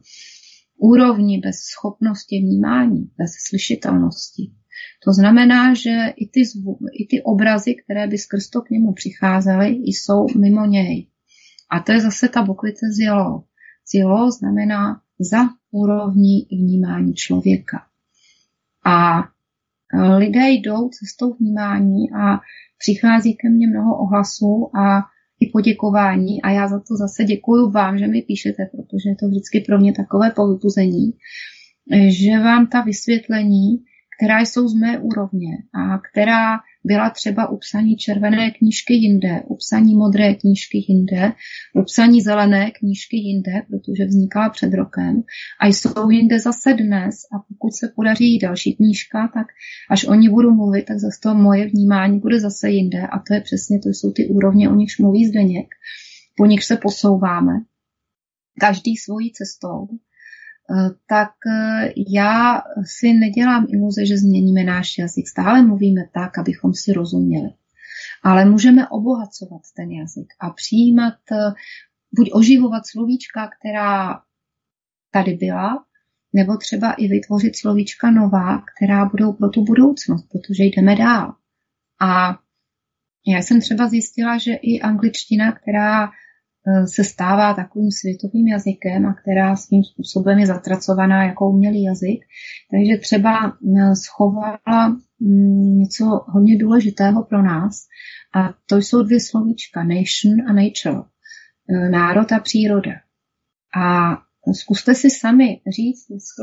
úrovni bez schopnosti vnímání, bez slyšitelnosti. To znamená, že i ty obrazy, které by skrz to k němu přicházely, jsou mimo něj. A to je zase ta bokvice zjelo. Zjelo znamená za úrovní vnímání člověka. A lidé jdou cestou vnímání a přichází ke mně mnoho ohlasů a i poděkování a já za to zase děkuju vám, že mi píšete, protože je to vždycky pro mě takové povzbuzení, že vám ta vysvětlení, která jsou z mé úrovně a která byla třeba u psaní červené knížky jinde, u psaní modré knížky jinde, u psaní zelené knížky jinde, protože vznikala před rokem a jsou jinde zase dnes a pokud se podaří další knížka, tak až o ní budu mluvit, tak zase to moje vnímání bude zase jinde a to je přesně, to jsou ty úrovně, o nichž mluví Zdeněk, po nich se posouváme, každý svojí cestou. Tak já si nedělám iluze, že změníme náš jazyk. Stále mluvíme tak, abychom si rozuměli. Ale můžeme obohacovat ten jazyk a přijímat, buď oživovat slovíčka, která tady byla, nebo třeba i vytvořit slovíčka nová, která budou pro tu budoucnost, protože jdeme dál. A já jsem třeba zjistila, že i angličtina, která se stává takovým světovým jazykem a která svým způsobem je zatracovaná jako umělý jazyk. Takže třeba schovala něco hodně důležitého pro nás a to jsou dvě slovíčka, nation a nature, národ a příroda. A zkuste si sami říct,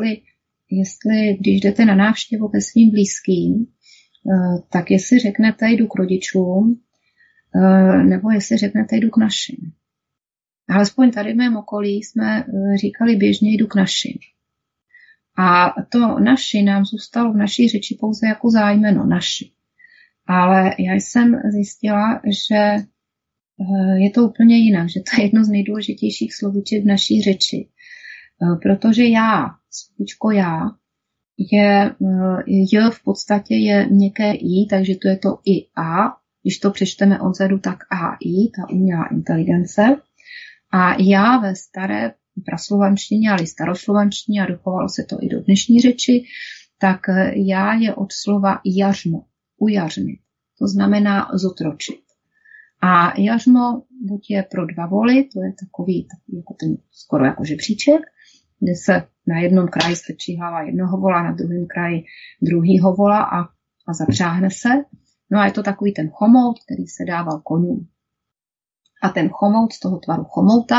jestli když jdete na návštěvu ke svým blízkým, tak jestli řeknete jdu k rodičům, nebo jestli řeknete jdu k našim. Alespoň tady v mém okolí jsme říkali běžně jdu k našim. A to naši nám zůstalo v naší řeči pouze jako zájmeno naši. Ale já jsem zjistila, že je to úplně jinak, že to je jedno z nejdůležitějších slovíček v naší řeči. Protože slovíčko já, j v podstatě je měkké i, takže to je to i a. Když to přečteme odzadu, tak AI, ta umělá inteligence. A já ve staré praslovanštině, ale i staroslovanštině, a dochovalo se to i do dnešní řeči, tak já je od slova jařmo, ujařnit. To znamená zotročit. A jařmo buď je pro dva voly, to je takový jako ten skoro jako žebříček, kde se na jednom kraji strčí hlava jednoho vola, na druhém kraji druhýho vola a zapřáhne se. No a je to takový ten chomout, který se dával konům. A ten chomout z toho tvaru chomouta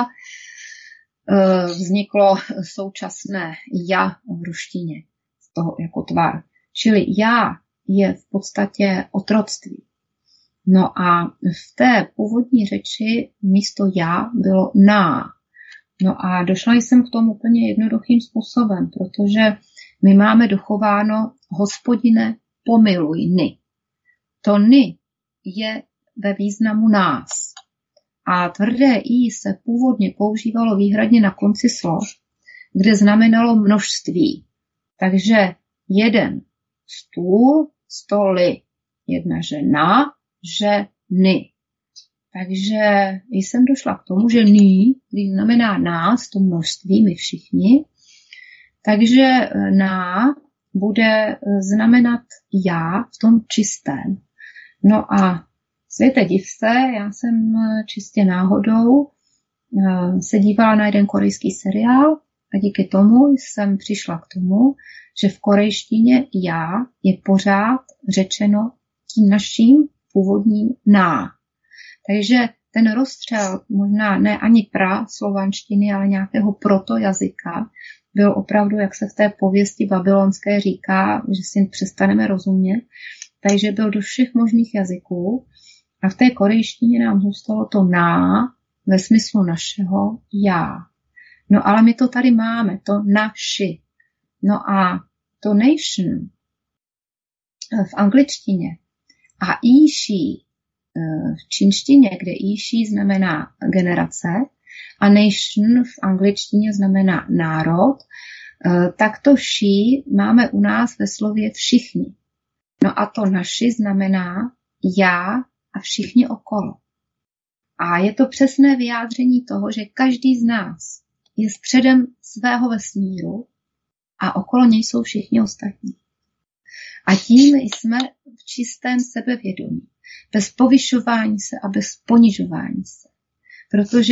vzniklo současné ja v ruštině z toho jako tvar. Čili já je v podstatě otroctví. No a v té původní řeči místo já bylo ná. No a došla jsem k tomu úplně jednoduchým způsobem, protože my máme dochováno Hospodine, pomiluj ny. To ny je ve významu nás. A tvrdé i se původně používalo výhradně na konci slov, kde znamenalo množství. Takže jeden stůl, stoly, jedna žena, ženy. Takže jsem došla k tomu, že ny, když znamená nás, to množství, my všichni, takže ná bude znamenat já v tom čistém. No a světe div se, já jsem čistě náhodou se dívala na jeden korejský seriál a díky tomu jsem přišla k tomu, že v korejštině já je pořád řečeno tím naším původním ná. Takže ten rozstřel možná ne ani praslovanštiny, ale nějakého protojazyka byl opravdu, jak se v té pověsti babylonské říká, že si přestaneme rozumět, takže byl do všech možných jazyků a v té korejštině nám zůstalo to ná ve smyslu našeho já. No ale my to tady máme, to naši. No a to nation v angličtině a ishi v čínštině, kde ishi znamená generace a nation v angličtině znamená národ, tak to ši máme u nás ve slově všichni. No a to naši znamená já a všichni okolo. A je to přesné vyjádření toho, že každý z nás je středem svého vesmíru a okolo něj jsou všichni ostatní. A tím jsme v čistém sebevědomí, bez povyšování se a bez ponižování se. Protože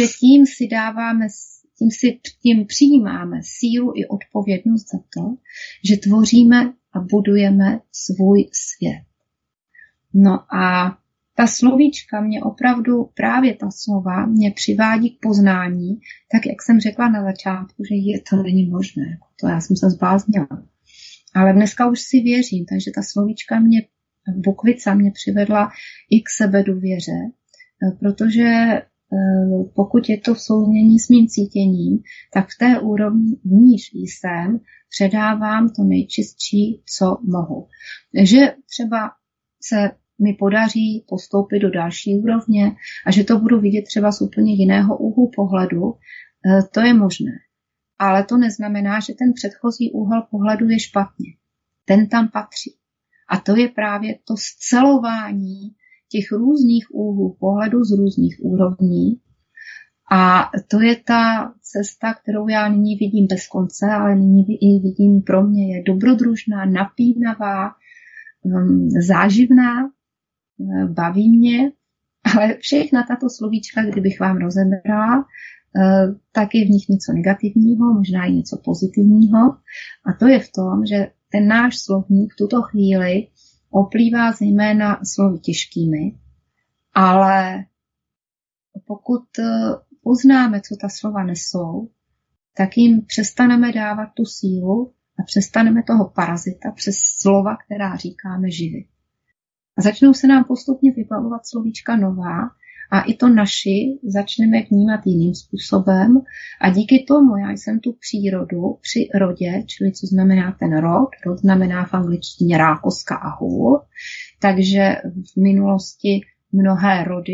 tím přijímáme sílu i odpovědnost za to, že tvoříme a budujeme svůj svět. No a ta slovíčka mě opravdu, právě ta slova, mě přivádí k poznání, tak jak jsem řekla na začátku, že to není možné. To já jsem se zbláznila. Ale dneska už si věřím, takže ta slovíčka bukvica mě přivedla i k sebedůvěře, protože pokud je to v souznění s mým cítěním, tak v té úrovni, v níž jsem, předávám to nejčistší, co mohu. Že třeba se mi podaří postoupit do další úrovně a že to budu vidět třeba z úplně jiného úhlu pohledu, to je možné. Ale to neznamená, že ten předchozí úhel pohledu je špatně. Ten tam patří. A to je právě to scelování těch různých úhlů pohledu z různých úrovní. A to je ta cesta, kterou já nyní vidím bez konce, ale nyní i vidím pro mě je dobrodružná, napínavá, záživná, baví mě, ale všechna tato slovíčka, kdybych vám rozebrala, tak je v nich něco negativního, možná i něco pozitivního. A to je v tom, že ten náš slovník v tuto chvíli oplývá zejména slovy těžkými, ale pokud uznáme, co ta slova nesou, tak jim přestaneme dávat tu sílu a přestaneme toho parazita přes slova, která říkáme živit. A začnou se nám postupně vybavovat slovíčka nová a i to naši začneme vnímat jiným způsobem a díky tomu já jsem tu přírodu při rodě, čili co znamená ten rod znamená v angličtině rákoska a hůl, takže v minulosti mnohé rody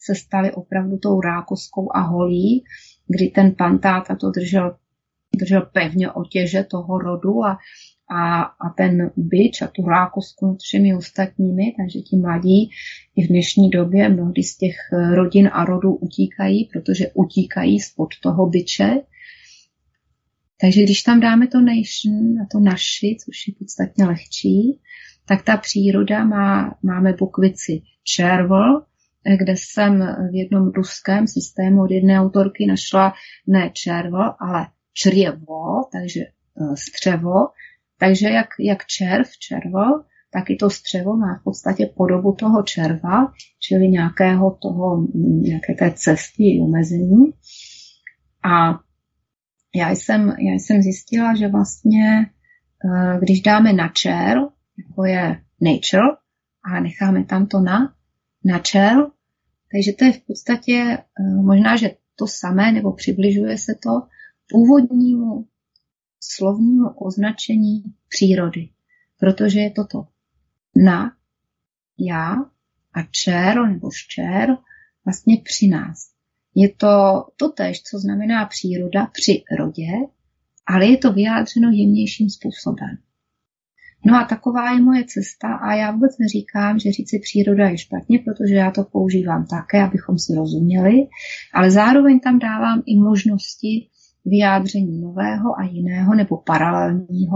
se staly opravdu tou rákoskou a holí, kdy ten pantáta to držel pevně otěže toho rodu a ten bič a tu rákosku nad všemi ostatními, takže ti mladí i v dnešní době mnohdy z těch rodin a rodů utíkají, protože utíkají spod toho biče. Takže když tam dáme to nation a to naši, což je podstatně lehčí, tak ta příroda máme bukvici červl, kde jsem v jednom ruském systému od jedné autorky našla ne červl, ale črěvo, takže střevo. Takže jak červl, tak i to střevo má v podstatě podobu toho červa, čili nějaké té cesty i omezení. A já jsem zjistila, že vlastně, když dáme nature, jako je nature, a necháme tam to nature, takže to je v podstatě možná, že to samé, nebo přibližuje se to původnímu slovnímu označení přírody. Protože je toto na, já a čer nebo ščer vlastně při nás. Je to totéž, co znamená příroda při rodě, ale je to vyjádřeno jemnějším způsobem. No a taková je moje cesta a já vůbec neříkám, že říci příroda je špatně, protože já to používám také, abychom si rozuměli, ale zároveň tam dávám i možnosti vyjádření nového a jiného nebo paralelního,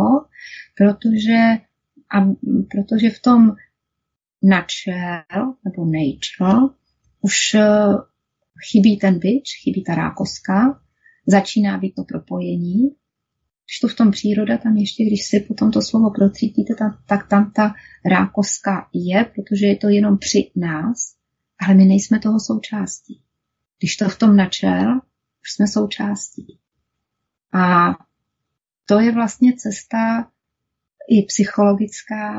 protože v tom natural nebo nature už chybí ten bič, chybí ta rákoska, začíná být to propojení. Když to v tom příroda, tam ještě, když si potom to slovo procítíte, tak tam ta rákoska je, protože je to jenom při nás, ale my nejsme toho součástí. Když to v tom natural, už jsme součástí. A to je vlastně cesta i psychologická,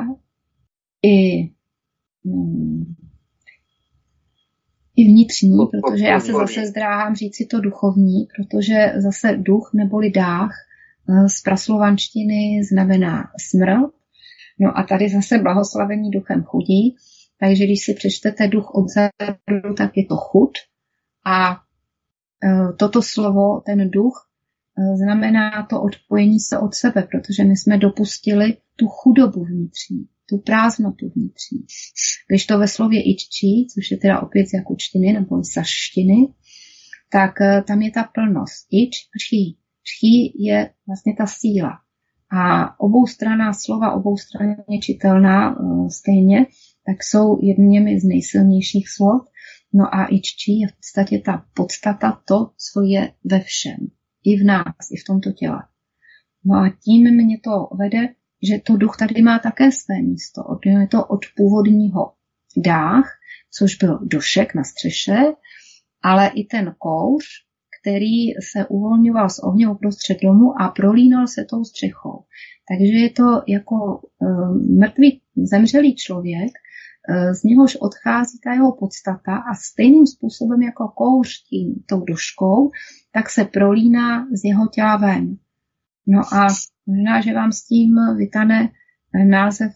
i vnitřní, protože já se zase zdráhám říct si to duchovní, protože zase duch neboli dách z praslovanštiny znamená smrt. No a tady zase blahoslavení duchem chudí, takže když si přečtete duch odzadu, tak je to chud. A toto slovo, ten duch, znamená to odpojení se od sebe, protože my jsme dopustili tu chudobu vnitřní, tu prázdnotu vnitřní. Když to ve slově iččí, což je teda opět z jakučtiny nebo z saštiny, tak tam je ta plnost. Ič a čí. Čí je vlastně ta síla. A oboustranná slova, oboustranně čitelná stejně, tak jsou jedněmi z nejsilnějších slov. No a iččí je v podstatě ta podstata, to, co je ve všem. I v nás, i v tomto těle. No a tím mě to vede, že to duch tady má také své místo. Je to od původního dách, což byl došek na střeše, ale i ten kouř, který se uvolňoval z ohně uprostřed domu a prolínal se tou střechou. Takže je to jako mrtvý, zemřelý člověk, z něhož odchází ta jeho podstata a stejným způsobem jako kouř tou doškou, tak se prolíná z jeho těla ven. No a možná, že vám s tím vytane název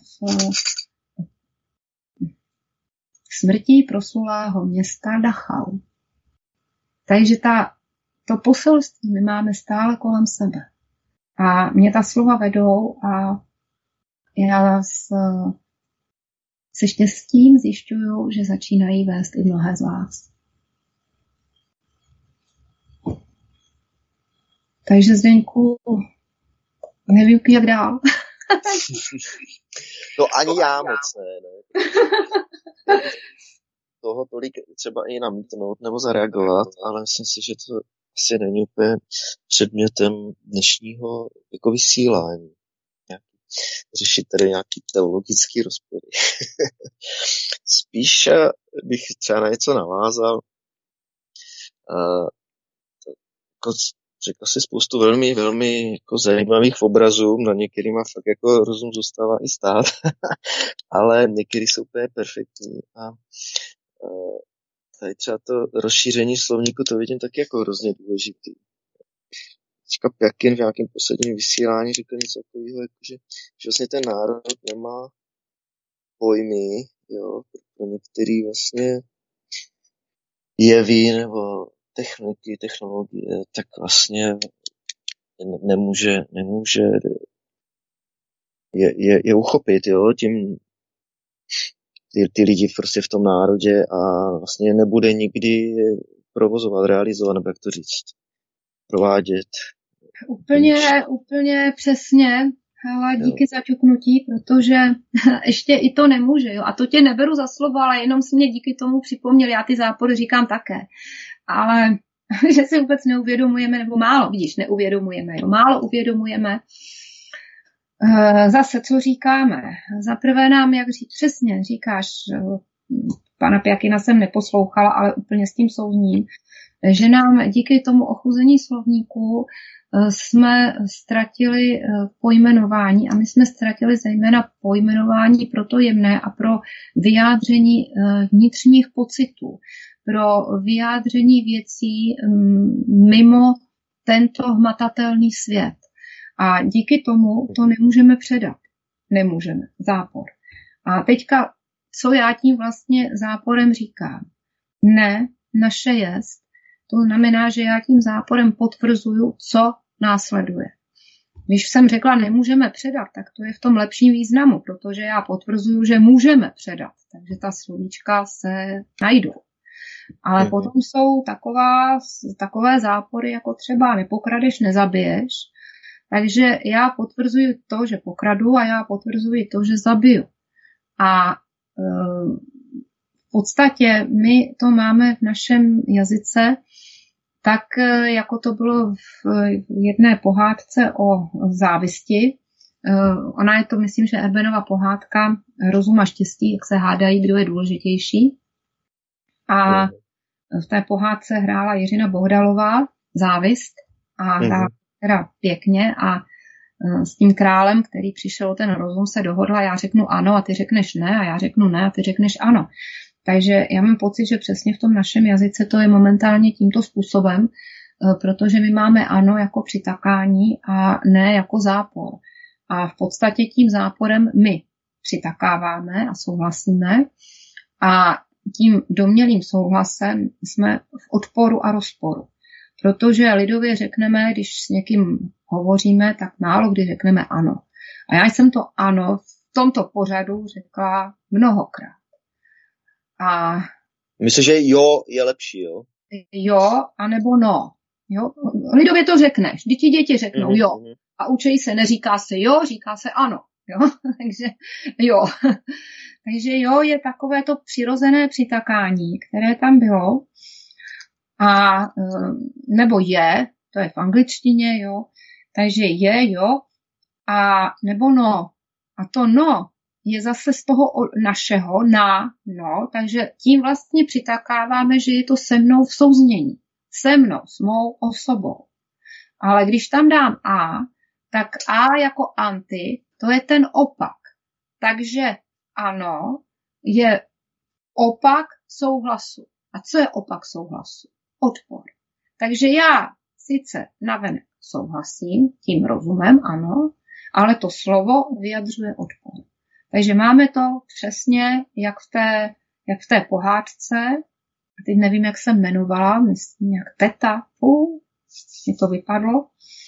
smrtí proslulého města Dachau. Takže to poselství my máme stále kolem sebe. A mě ta slova vedou a já se štěstím zjišťuju, že začínají vést i mnohé z vás. Takže Zdeňku, nevím, jak dál. No ani já moc ne. Toho tolik třeba i namítnout nebo zareagovat, ale myslím si, že to asi není úplně předmětem dnešního jako vysílání. Řešit tady nějaký teologický rozpory. Spíš bych třeba na něco navázal. Jako řekl si spoustu velmi, velmi jako zajímavých obrazů, na některýma fakt jako rozum zůstává i stát, ale některý jsou úplně perfektní a tady třeba to rozšíření slovníku to vidím taky jako hrozně důležitý. Teďka Pjakin v nějakém posledním vysílání řekl něco takového, jako že vlastně ten národ nemá pojmy, jo, pro některý vlastně jevy nebo technologie, tak vlastně nemůže je uchopit, jo, tím ty lidi prostě v tom národě a vlastně nebude nikdy provozovat, realizovat, nebo jak to říct, provádět. Úplně přesně. Ale díky za ťuknutí, protože ještě i to nemůže, jo. A to tě neberu za slovo, ale jenom si mě díky tomu připomněl, já ty zápory říkám také. Ale že si vůbec neuvědomujeme, nebo málo, vidíš, neuvědomujeme, jo. Málo uvědomujeme. Zase, co říkáme? Za prvé nám, jak přesně říkáš, pana Pjakina jsem neposlouchala, ale úplně s tím souzním, že nám díky tomu ochuzení slovníku jsme ztratili pojmenování a my jsme ztratili zejména pojmenování pro to jemné a pro vyjádření vnitřních pocitů, pro vyjádření věcí mimo tento hmatatelný svět. A díky tomu to nemůžeme předat. Nemůžeme. Zápor. A teďka, co já tím vlastně záporem říkám? Ne, naše jest. To znamená, že já tím záporem potvrzuju, co následuje. Když jsem řekla, nemůžeme předat, tak to je v tom lepším významu, protože já potvrzuju, že můžeme předat. Takže ta slovíčka se najdou. Ale potom jsou takové zápory, jako třeba nepokradeš, nezabiješ. Takže já potvrzuji to, že pokradu a já potvrzuji to, že zabiju. A v podstatě my to máme v našem jazyce tak, jako to bylo v jedné pohádce o závisti. Ona je to, myslím, že Ebenova pohádka Rozum a štěstí, jak se hádají, kdo je důležitější. A v té pohádce hrála Jiřina Bohdalová závist a hrála teda pěkně a s tím králem, který přišel o ten rozum, se dohodla, já řeknu ano a ty řekneš ne a já řeknu ne a ty řekneš ano. Takže já mám pocit, že přesně v tom našem jazyce to je momentálně tímto způsobem, protože my máme ano jako přitakání a ne jako zápor. A v podstatě tím záporem my přitakáváme a souhlasíme a tím domnělým souhlasem jsme v odporu a rozporu. Protože lidově řekneme, když s někým hovoříme, tak málo kdy řekneme ano. A já jsem to ano v tomto pořadu řekla mnohokrát. A myslím, že jo je lepší, jo? Jo, anebo no. Jo? Lidově to řekneš. Když ti děti řeknou jo a učí se, neříká se jo, říká se ano. Jo? Takže jo. Takže jo je takové to přirozené přitakání, které tam bylo. A nebo je, to je v angličtině, jo. Takže je, jo, a nebo no. A to no je zase z toho našeho no, takže tím vlastně přitakáváme, že je to se mnou v souznění. Se mnou, s mou osobou. Ale když tam dám a, tak a jako anti, to je ten opak. Takže ano je opak souhlasu. A co je opak souhlasu? Odpor. Takže já sice navenek souhlasím tím rozumem, ano, ale to slovo vyjadřuje odpor. Takže máme to přesně jak v té pohádce, a teď nevím, jak se jmenovala, myslím, jak teta, mi to vypadlo.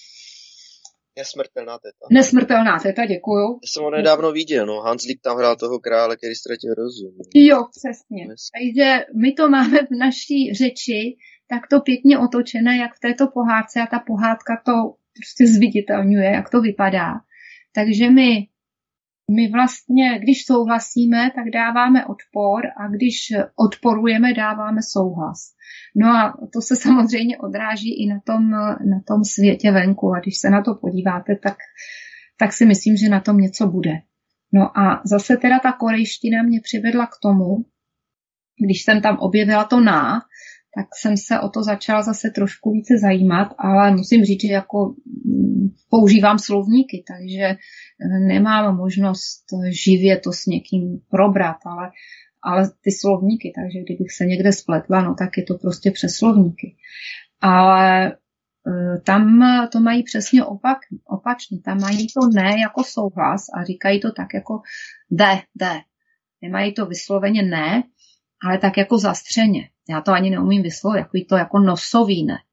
Nesmrtelná teta. Nesmrtelná teta, děkuju. Já jsem ho nedávno viděl, no, Hanzlík tam hrál toho krále, který ztratil rozum. Jo, přesně. Takže my to máme v naší řeči tak to pěkně otočené, jak v této pohádce a ta pohádka to prostě zviditelňuje, jak to vypadá. Takže my vlastně, když souhlasíme, tak dáváme odpor a když odporujeme, dáváme souhlas. No a to se samozřejmě odráží i na tom světě venku a když se na to podíváte, tak si myslím, že na tom něco bude. No a zase teda ta korejština mě přivedla k tomu, když jsem tam objevila to tak jsem se o to začala zase trošku více zajímat, ale musím říct, že jako používám slovníky, takže nemám možnost živě to s někým probrat, ale ty slovníky, takže kdybych se někde spletla, no tak je to prostě přes slovníky. Ale tam to mají přesně opačně, tam mají to ne jako souhlas a říkají to tak jako de. Nemají to vysloveně ne, ale tak jako zastřeně. Já to ani neumím vyslovit, takový to jako nosový ne.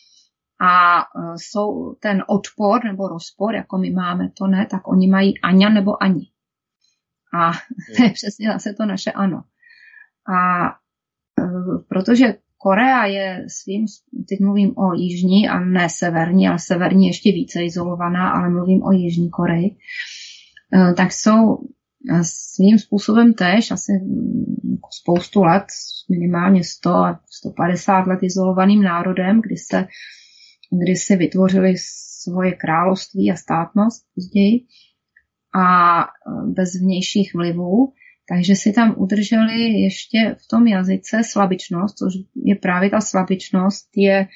A jsou ten odpor nebo rozpor, jako my máme to ne, tak oni mají Aňa nebo Ani. A to je přesně zase to naše ano. A protože Korea je teď mluvím o jižní a ne severní, ale severní ještě více izolovaná, ale mluvím o jižní Koreji, tak jsou svým způsobem též asi spoustu let, minimálně 100 a 150 let izolovaným národem, kdy se vytvořili svoje království a státnost později a bez vnějších vlivů, takže si tam udrželi ještě v tom jazyce slabičnost, což je právě ta slabičnost, je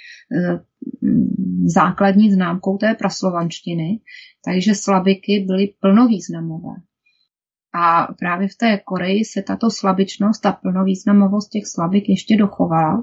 základní známkou té praslovanštiny, takže slabiky byly plnovýznamové. A právě v té Koreji se tato slabičnost, ta plnovýznamovost těch slabik ještě dochovala.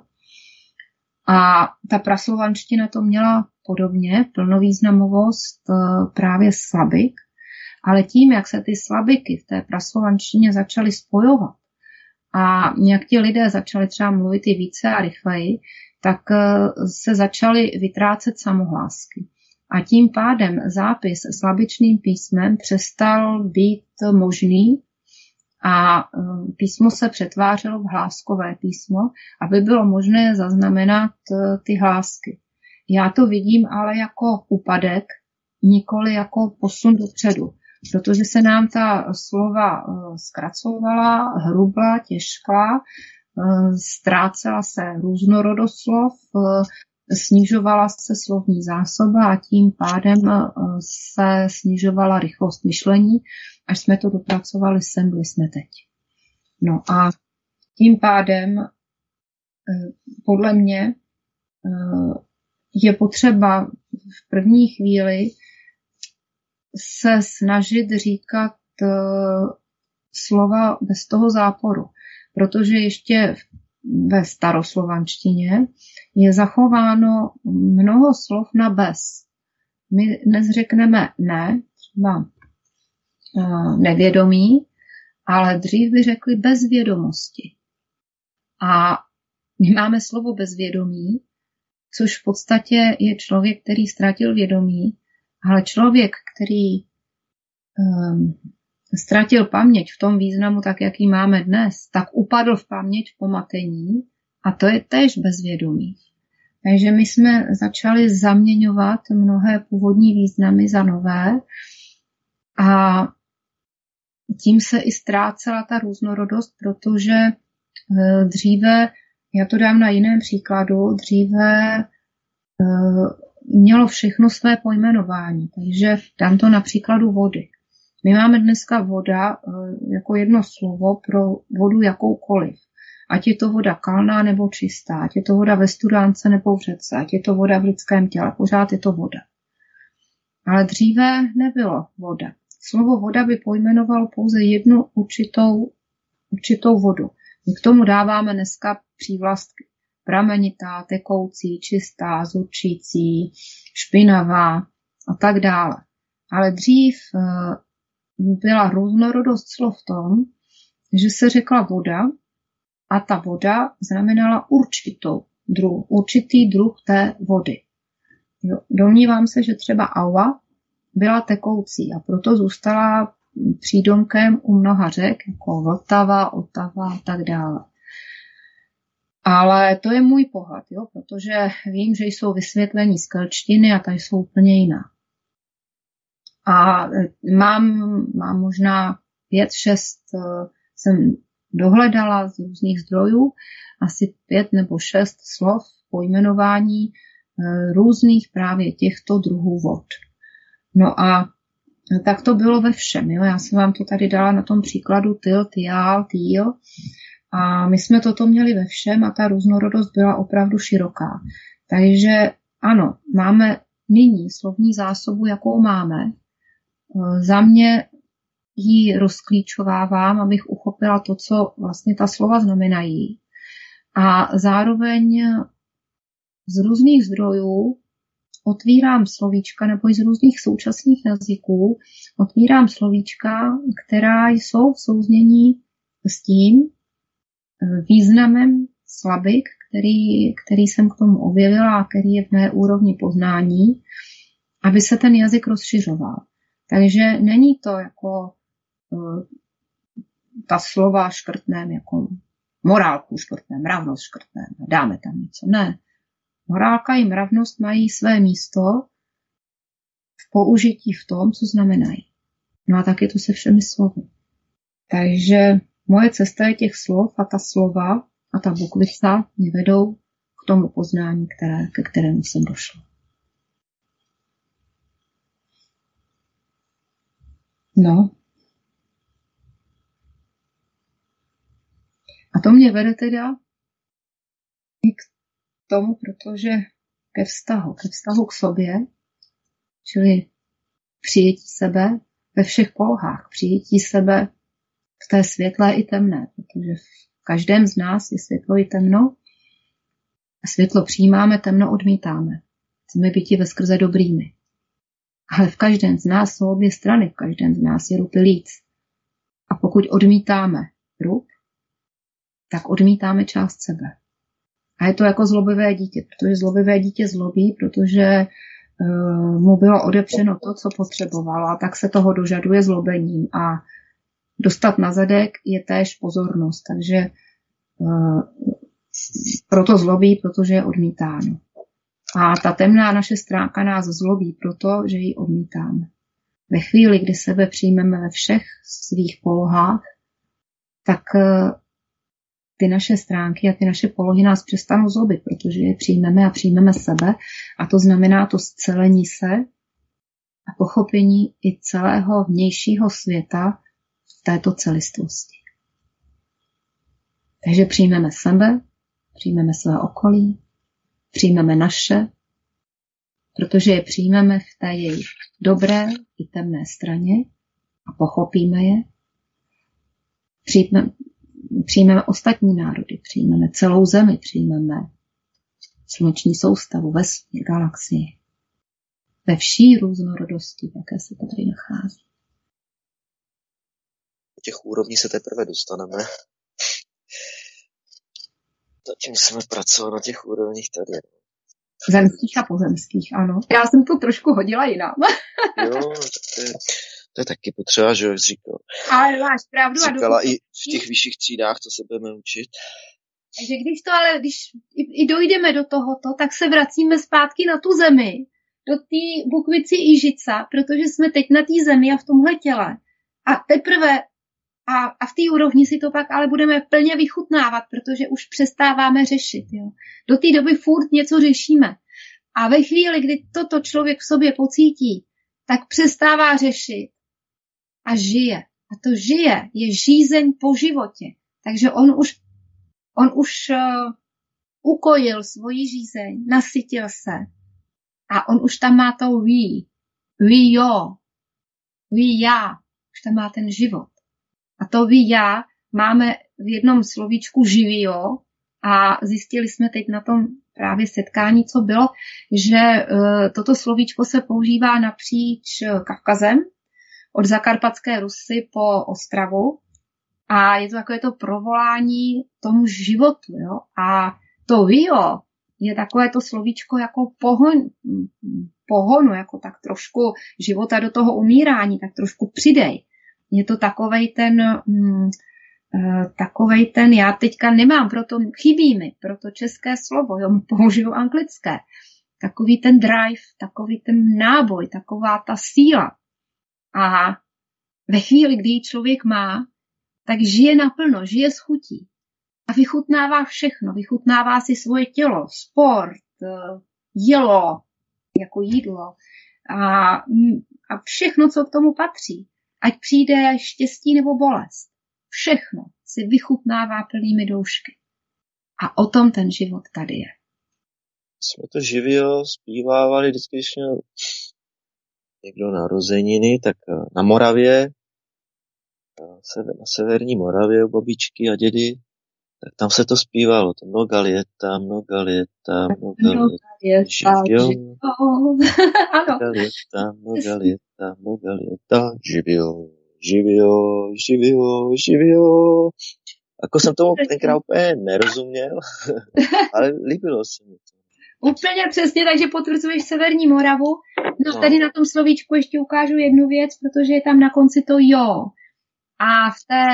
A ta praslovanština to měla podobně, plnovýznamovost právě slabik, ale tím, jak se ty slabiky v té praslovanštině začaly spojovat a jak ti lidé začali třeba mluvit i více a rychleji, tak se začaly vytrácet samohlásky. A tím pádem zápis slabičným písmem přestal být možný a písmo se přetvářelo v hláskové písmo, aby bylo možné zaznamenat ty hlásky. Já to vidím ale jako úpadek, nikoli jako posun dopředu, protože se nám ta slova zkracovala, hrubla, těžká, ztrácela se různorodost slov, snižovala se slovní zásoba a tím pádem se snižovala rychlost myšlení, až jsme to dopracovali sem, kde jsme teď. No a tím pádem podle mě je potřeba v první chvíli se snažit říkat slova bez toho záporu, protože ještě ve staroslovanštině je zachováno mnoho slov na bez. My dnes řekneme ne, třeba nevědomí, ale dřív by řekli bez vědomosti. A my máme slovo bezvědomí, což v podstatě je člověk, který ztratil vědomí, ale člověk, který ztratil paměť v tom významu, tak jak ji máme dnes, tak upadl v paměť v pomatení a to je též bezvědomí. Takže my jsme začali zaměňovat mnohé původní významy za nové a tím se i ztrácela ta různorodost, protože dříve, já to dám na jiném příkladu, dříve mělo všechno své pojmenování, takže dám to na příkladu vody. My máme dneska voda jako jedno slovo pro vodu jakoukoliv. Ať je to voda kalná nebo čistá, ať je to voda ve studánce nebo v řece, ať je to voda v lidském těle, pořád je to voda. Ale dříve nebylo voda. Slovo voda by pojmenovalo pouze jednu určitou vodu. My k tomu dáváme dneska přívlastky. Pramenitá, tekoucí, čistá, zurčící, špinavá a tak dále. Ale dřív byla různorodost slov v tom, že se řekla voda a ta voda znamenala určitý druh té vody. Domnívám se, že třeba Aua byla tekoucí a proto zůstala přídomkem u mnoha řek, jako Vltava, Otava a tak dále. Ale to je můj pohled, protože vím, že jsou vysvětlení z kelčtiny a tady jsou úplně jiná. A mám možná 5-6 jsem dohledala z různých zdrojů, asi 5 nebo 6 slov pojmenování různých právě těchto druhů vod. No a tak to bylo ve všem. Já jsem vám to tady dala na tom příkladu tyl, tyjál, týl. A my jsme toto měli ve všem a ta různorodost byla opravdu široká. Takže ano, máme nyní slovní zásobu, jakou máme. Za mě ji rozklíčovávám, abych uchopila to, co vlastně ta slova znamenají. A zároveň z různých zdrojů otvírám slovíčka, nebo i z různých současných jazyků otvírám slovíčka, která jsou v souznění s tím významem slabyk, který jsem k tomu objevila a který je v mé úrovni poznání, aby se ten jazyk rozšiřoval. Takže není to jako ta slova škrtneme, jako morálku škrtneme, mravnost škrtneme, dáme tam něco. Ne. Morálka i mravnost mají své místo v použití v tom, co znamenají. No a tak je to se všemi slovy. Takže moje cesta je těch slov a ta slova a ta bukvica mě vedou k tomu poznání, ke kterému jsem došla. No. A to mě vede teda i k tomu, protože ke vztahu k sobě, čili přijetí sebe ve všech polohách, přijetí sebe v té světlé i temné, protože v každém z nás je světlo i temno a světlo přijímáme, temno odmítáme. Chceme být veskrze dobrými. Ale v každém z nás jsou obě strany, v každém z nás je rub i líc. A pokud odmítáme rub, tak odmítáme část sebe. A je to jako zlobivé dítě, protože zlobivé dítě zlobí, protože mu bylo odepřeno to, co potřebovalo, a tak se toho dožaduje zlobením. A dostat na zadek je též pozornost, takže proto zlobí, protože je odmítáno. A ta temná naše stránka nás zlobí proto, že ji odmítáme. Ve chvíli, kdy sebe přijmeme ve všech svých polohách, tak ty naše stránky a ty naše polohy nás přestanou zlobit, protože je přijmeme a přijmeme sebe. A to znamená to scelení se a pochopení i celého vnějšího světa v této celistvosti. Takže přijmeme sebe, přijmeme své okolí, přijmeme naše, protože je přijmeme v té jejich dobré i temné straně a pochopíme je. Přijmeme ostatní národy, přijmeme celou zemi, přijmeme sluneční soustavu, vesmír, galaxii. Ve vší různorodosti, v jaké se tady nachází. Do těch úrovní se teprve dostaneme. Zatím jsme pracovali na těch úrovních tady. Zemských a pozemských, ano. Já jsem to trošku hodila jinam. Jo, to je taky potřeba, že jak říkal. Ale máš pravdu. Říkala i v těch vyšších třídách, co se budeme učit. Takže když i dojdeme do tohoto, tak se vracíme zpátky na tu zemi, do té bukvici Ižica, protože jsme teď na té zemi a v tomhle těle. A teprve a v té úrovni si to pak ale budeme plně vychutnávat, protože už přestáváme řešit. Jo. Do té doby furt něco řešíme. A ve chvíli, kdy toto člověk v sobě pocítí, tak přestává řešit a žije. A to žije je žízeň po životě. Takže on už ukojil svoji žízeň, nasytil se a on už tam má to ví já, už tam má ten život. A to ví já máme v jednom slovíčku živio a zjistili jsme teď na tom právě setkání, co bylo, že toto slovíčko se používá napříč Kavkazem, od Zakarpatské Rusy po Ostravu a je to takové to provolání tomu životu. Jo? A to vio je takové to slovíčko jako pohonu, jako tak trošku života do toho umírání, tak trošku přidej. Je to takovej ten, já teďka nemám, proto chybí mi, proto české slovo, jo, použiju anglické. Takový ten drive, takový ten náboj, taková ta síla. A ve chvíli, kdy ji člověk má, tak žije naplno, žije s chutí. A vychutnává všechno, vychutnává si svoje tělo, sport, jídlo, jako jídlo a všechno, co k tomu patří. Ať přijde štěstí nebo bolest. Všechno si vychutnává plnými doušky. A o tom ten život tady je. Jsme to živio zpívávali vždycky, když měl někdo narozeniny, tak na Moravě, na severní Moravě u babičky a dědy, tak tam se to zpívalo. To mnoga lieta, živio. Mnoga lieta, živio. Jako jsem tomu tenkrát úplně nerozuměl, ale líbilo se mi to. Úplně přesně, takže potvrzuješ Severní Moravu. No, tady na tom slovíčku ještě ukážu jednu věc, protože je tam na konci to jo. A v té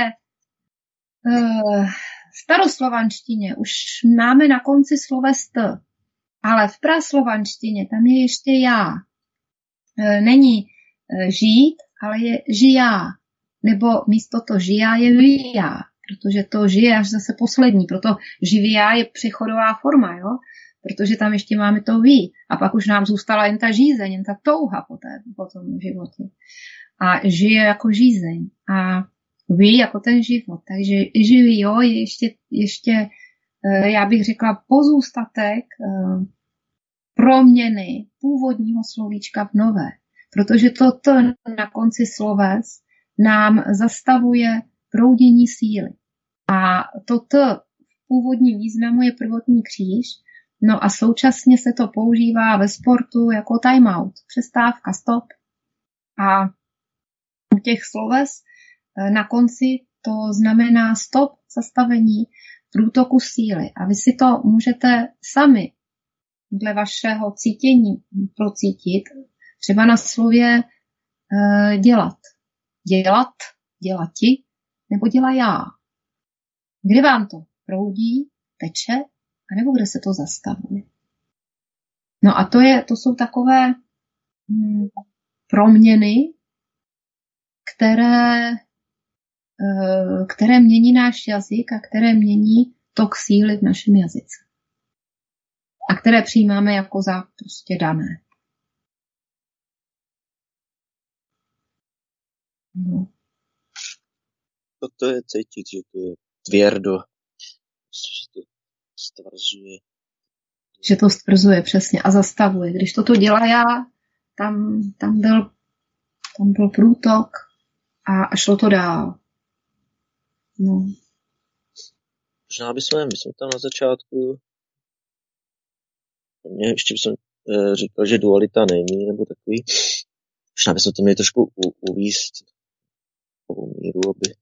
staroslovanštině už máme na konci sloves t, ale v praslovanštině tam je ještě já. Není žít, ale je žijá. Nebo místo to žijá je vyjá, protože to žije až zase poslední. Proto živijá je přechodová forma, jo? Protože tam ještě máme to ví. A pak už nám zůstala jen ta žízeň, jen ta touha po tom životě. A žije jako žízeň. A ví jako ten život. Takže živý, jo, je ještě já bych řekla, pozůstatek proměny původního slovíčka v nové. Protože to t na konci sloves nám zastavuje proudění síly. A to t v původním významu je prvotní kříž, no a současně se to používá ve sportu jako timeout, přestávka, stop. A u těch sloves na konci to znamená stop, zastavení průtoku síly. A vy si to můžete sami dle vašeho cítění procítit, třeba na slově dělat. Dělat, dělati, nebo dělá já. Kde vám to proudí, teče, anebo kde se to zastavuje. No a to jsou takové proměny, které mění náš jazyk a které mění tok síly v našem jazyce. A které přijímáme jako za prostě dané. No. To je cítit, že to je tvrdo, že to stvrzuje. Že to stvrzuje, přesně, a zastavuje. Když toto dělá já, tam byl průtok a šlo to dál. No. Možná bychom tam na začátku ještě jsem říkal, že dualita není, nebo takový. Možná bychom to měli trošku uvíst takovou míru, aby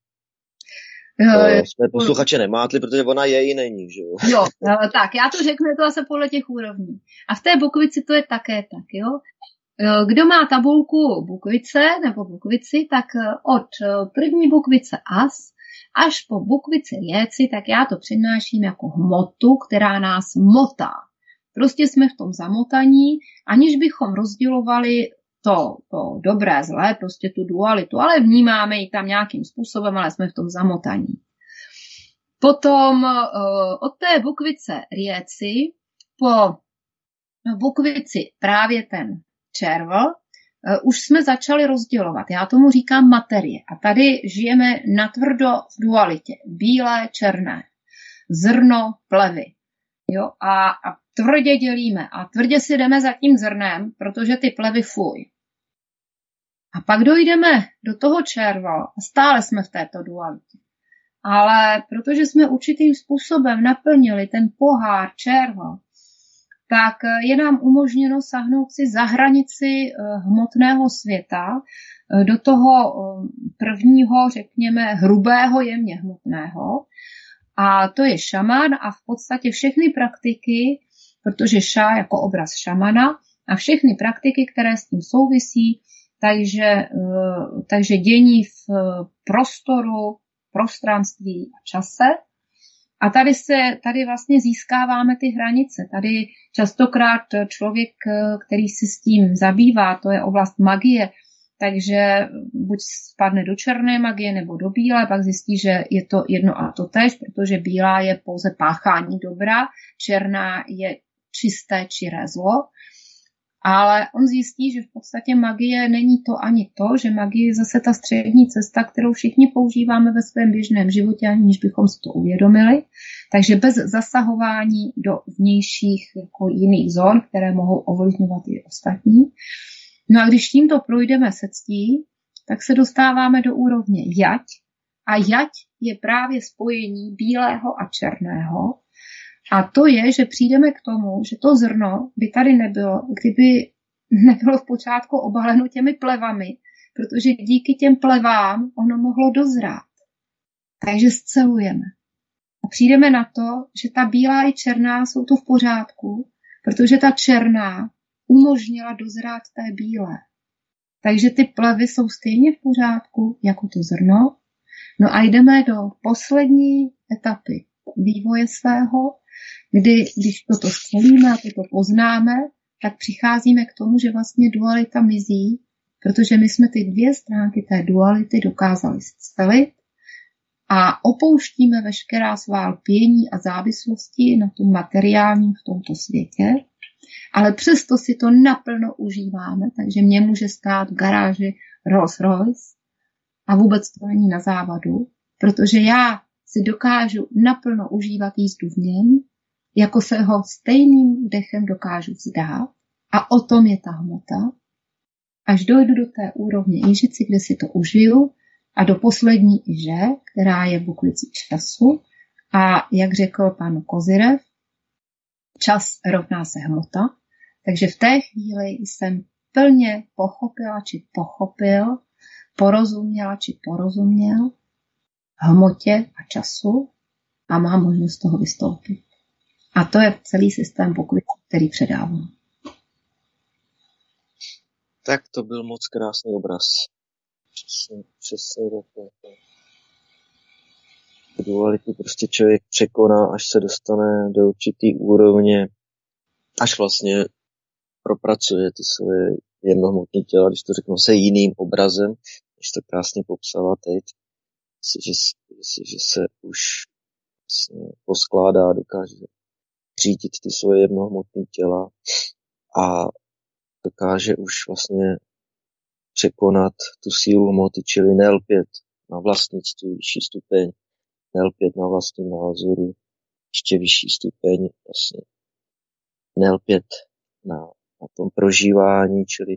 jsme posluchače nemátli, protože ona je i není, že jo? Jo, tak, já to řeknu, je to zase podle těch úrovní. A v té Bukvici to je také tak, jo? Kdo má tabulku Bukvice nebo Bukvici, tak od první Bukvice as až po Bukvici Rieci, tak já to přednáším jako hmotu, která nás motá. Prostě jsme v tom zamotaní, aniž bychom rozdělovali to dobré, zlé, prostě tu dualitu, ale vnímáme ji tam nějakým způsobem, ale jsme v tom zamotaní. Potom od té Bukvice Rieci po Bukvici právě ten červ, už jsme začali rozdělovat. Já tomu říkám materie. A tady žijeme natvrdo v dualitě. Bílé, černé. Zrno, plevy. Jo? A tvrdě dělíme. A tvrdě si jdeme za tím zrnem, protože ty plevy fuj. A pak dojdeme do toho červa a stále jsme v této dualitě. Ale protože jsme určitým způsobem naplnili ten pohár červa, tak je nám umožněno sahnout si za hranici hmotného světa do toho prvního, řekněme, hrubého, jemně hmotného. A to je šaman a v podstatě všechny praktiky, protože ša jako obraz šamana a všechny praktiky, které s tím souvisí, takže dění v prostoru, prostranství a čase. A tady vlastně získáváme ty hranice. Tady častokrát člověk, který se s tím zabývá, to je oblast magie, takže buď spadne do černé magie nebo do bílé, pak zjistí, že je to jedno a to též, protože bílá je pouze páchání dobra, černá je čisté čiré zlo. Ale on zjistí, že v podstatě magie není to ani to, že magie je zase ta střední cesta, kterou všichni používáme ve svém běžném životě, aniž bychom si to uvědomili. Takže bez zasahování do vnějších jako jiných zón, které mohou ovlivňovat i ostatní. No a když tímto projdeme se ctí, tak se dostáváme do úrovně jať. A jať je právě spojení bílého a černého. A to je, že přijdeme k tomu, že to zrno by tady nebylo, kdyby nebylo v počátku obaleno těmi plevami, protože díky těm plevám ono mohlo dozrát. Takže scelujeme. přijdeme na to, že ta bílá i černá jsou to v pořádku, protože ta černá umožnila dozrát té bílé. Takže ty plevy jsou stejně v pořádku jako to zrno. No a jdeme do poslední etapy vývoje svého, kdy, když toto skolíme a toto poznáme, tak přicházíme k tomu, že vlastně dualita mizí, protože my jsme ty dvě stránky té duality dokázali scelit a opouštíme veškerá svá lpění a závislosti na tom materiálním v tomto světě, ale přesto si to naplno užíváme, takže mě může stát v garáži Rolls Royce a vůbec to není na závadu, protože já si dokážu naplno užívat jízdu v něm, jako se ho stejným dechem dokážu vzdát, a o tom je ta hmota, až dojdu do té úrovně Ižici, kde si to užiju, a do poslední Iže, která je v bukvici času, a jak řekl pan Kozirev, čas rovná se hmota, takže v té chvíli jsem plně pochopila či pochopil, porozuměla či porozuměl hmotě a času a mám možnost toho vystoupit. A to je celý systém bukvice, který předávám. Tak to byl moc krásný obraz. Přesně takhle. Dualitu prostě člověk překoná, až se dostane do určitý úrovně, až vlastně propracuje ty svoje jemnohmotné těla, když to řeknu se jiným obrazem, než to krásně popsala teď, že se už vlastně poskládá, dokáže řídit ty svoje jemnohmotné těla a dokáže už vlastně překonat tu sílu hmoty, čili nelpět na vlastnictví, vyšší stupeň, nelpět na vlastním názoru, ještě vyšší stupeň, vlastně nelpět na tom prožívání, čili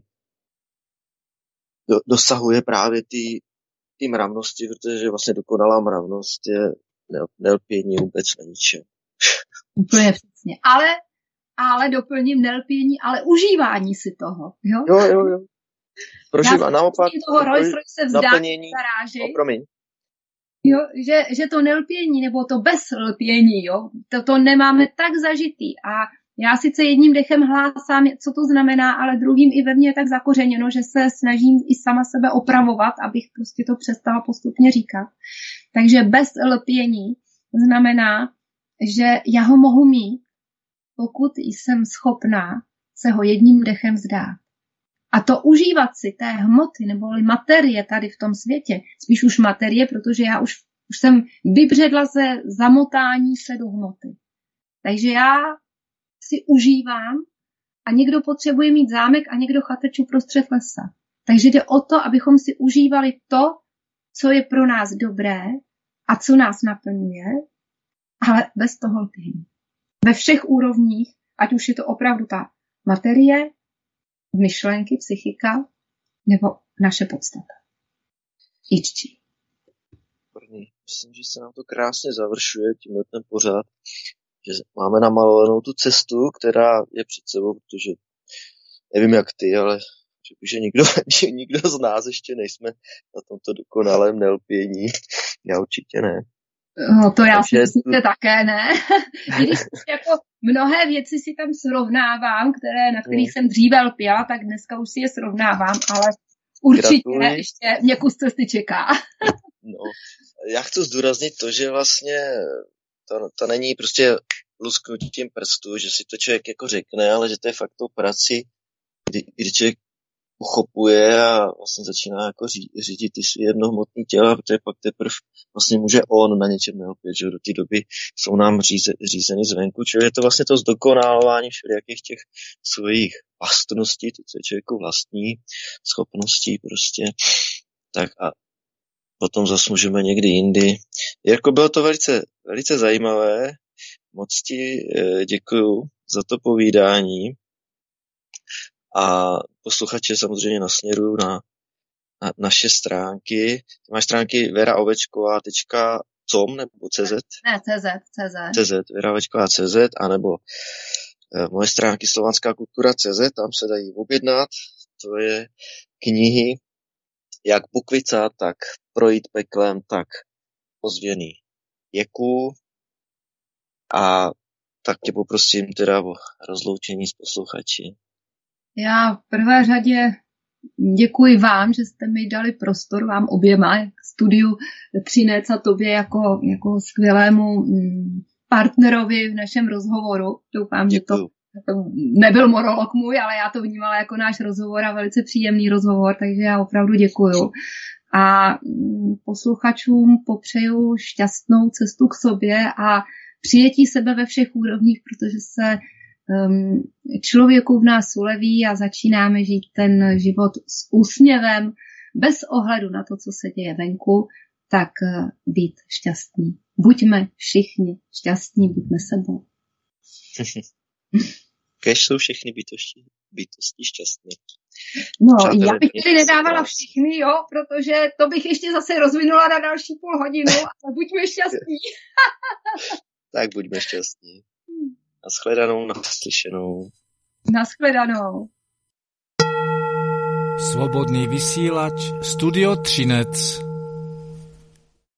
dosahuje právě ty mravnosti, protože vlastně dokonalá mravnost je nelpění vůbec na ničem. Úplně přesně. Ale doplním nelpění, ale užívání si toho. Jo. Prožívá naopak toho Rolls-Royce se vzdá naplnění. Promiň. Jo, že to nelpění, nebo to bezlpění, jo, to nemáme tak zažitý. A já sice jedním dechem hlásám, co to znamená, ale druhým i ve mně je tak zakořeněno, že se snažím i sama sebe opravovat, abych prostě to přestala postupně říkat. Takže bezlpění znamená, že já ho mohu mít, pokud jsem schopná se ho jedním dechem vzdát. A to užívat si té hmoty neboli materie tady v tom světě, spíš už materie, protože já už jsem vybředla ze zamotání se do hmoty. Takže já si užívám a někdo potřebuje mít zámek a někdo chatrč uprostřed lesa. Takže jde o to, abychom si užívali to, co je pro nás dobré a co nás naplňuje, ale bez toho lpění. Ve všech úrovních, ať už je to opravdu ta materie, myšlenky, psychika, nebo naše podstata. Ičči. Myslím, že se nám to krásně završuje tímhle ten pořad, že máme namalovanou tu cestu, která je před sebou, protože nevím jak ty, ale že nikdo z nás ještě nejsme na tomto dokonalém nelpění. Já určitě ne. No to já si myslím, že také ne. Když jako mnohé věci si tam srovnávám, na kterých jsem dříve lpěla, tak dneska už si je srovnávám, ale určitě ještě mě kus cesty čeká. No, já chci zdůraznit to, že vlastně to není prostě lusknutím prstů, že si to člověk jako řekne, ale že to je fakt tou prací, kdy člověk uchopuje a vlastně začíná jako řídit ty své jednohmotné těla, protože pak teprve vlastně může on na něčem nelpět, že do té doby jsou nám řízeny zvenku, čili je to vlastně to zdokonalování všelijakých těch svých vlastností, to, co je člověku vlastní, schopností prostě, tak a potom zase můžeme někdy jindy. Jako bylo to velice, velice zajímavé, moc ti děkuju za to povídání. A posluchače samozřejmě nasměruju na naše stránky. Máš stránky veraovečková.com nebo CZ? Ne, CZ. veraovečková.cz anebo moje stránky slovanskákultura.cz, tam se dají objednat. To je knihy jak bukvica, tak projít peklem, tak ozvěný Jeku, A tak tě poprosím teda o rozloučení s posluchači. Já v prvé řadě děkuji vám, že jste mi dali prostor, vám oběma, studiu Třinec a tobě jako skvělému partnerovi v našem rozhovoru. Doufám, že to nebyl monolog můj, ale já to vnímala jako náš rozhovor a velice příjemný rozhovor, takže já opravdu děkuju. A posluchačům popřeju šťastnou cestu k sobě a přijetí sebe ve všech úrovních, protože se člověku v nás uleví a začínáme žít ten život s úsměvem, bez ohledu na to, co se děje venku, tak být šťastní. Buďme všichni šťastní, buďme sebou. Kéž jsou všechny bytosti šťastní. No, přátelé, já bych tady nedávala všechny, jo, protože to bych ještě zase rozvinula na další půl hodinu, ale buďme šťastní. Tak buďme šťastní. Naschledanou, naslyšenou. Naschledanou. Slobodný vysielač, Studio Třinec.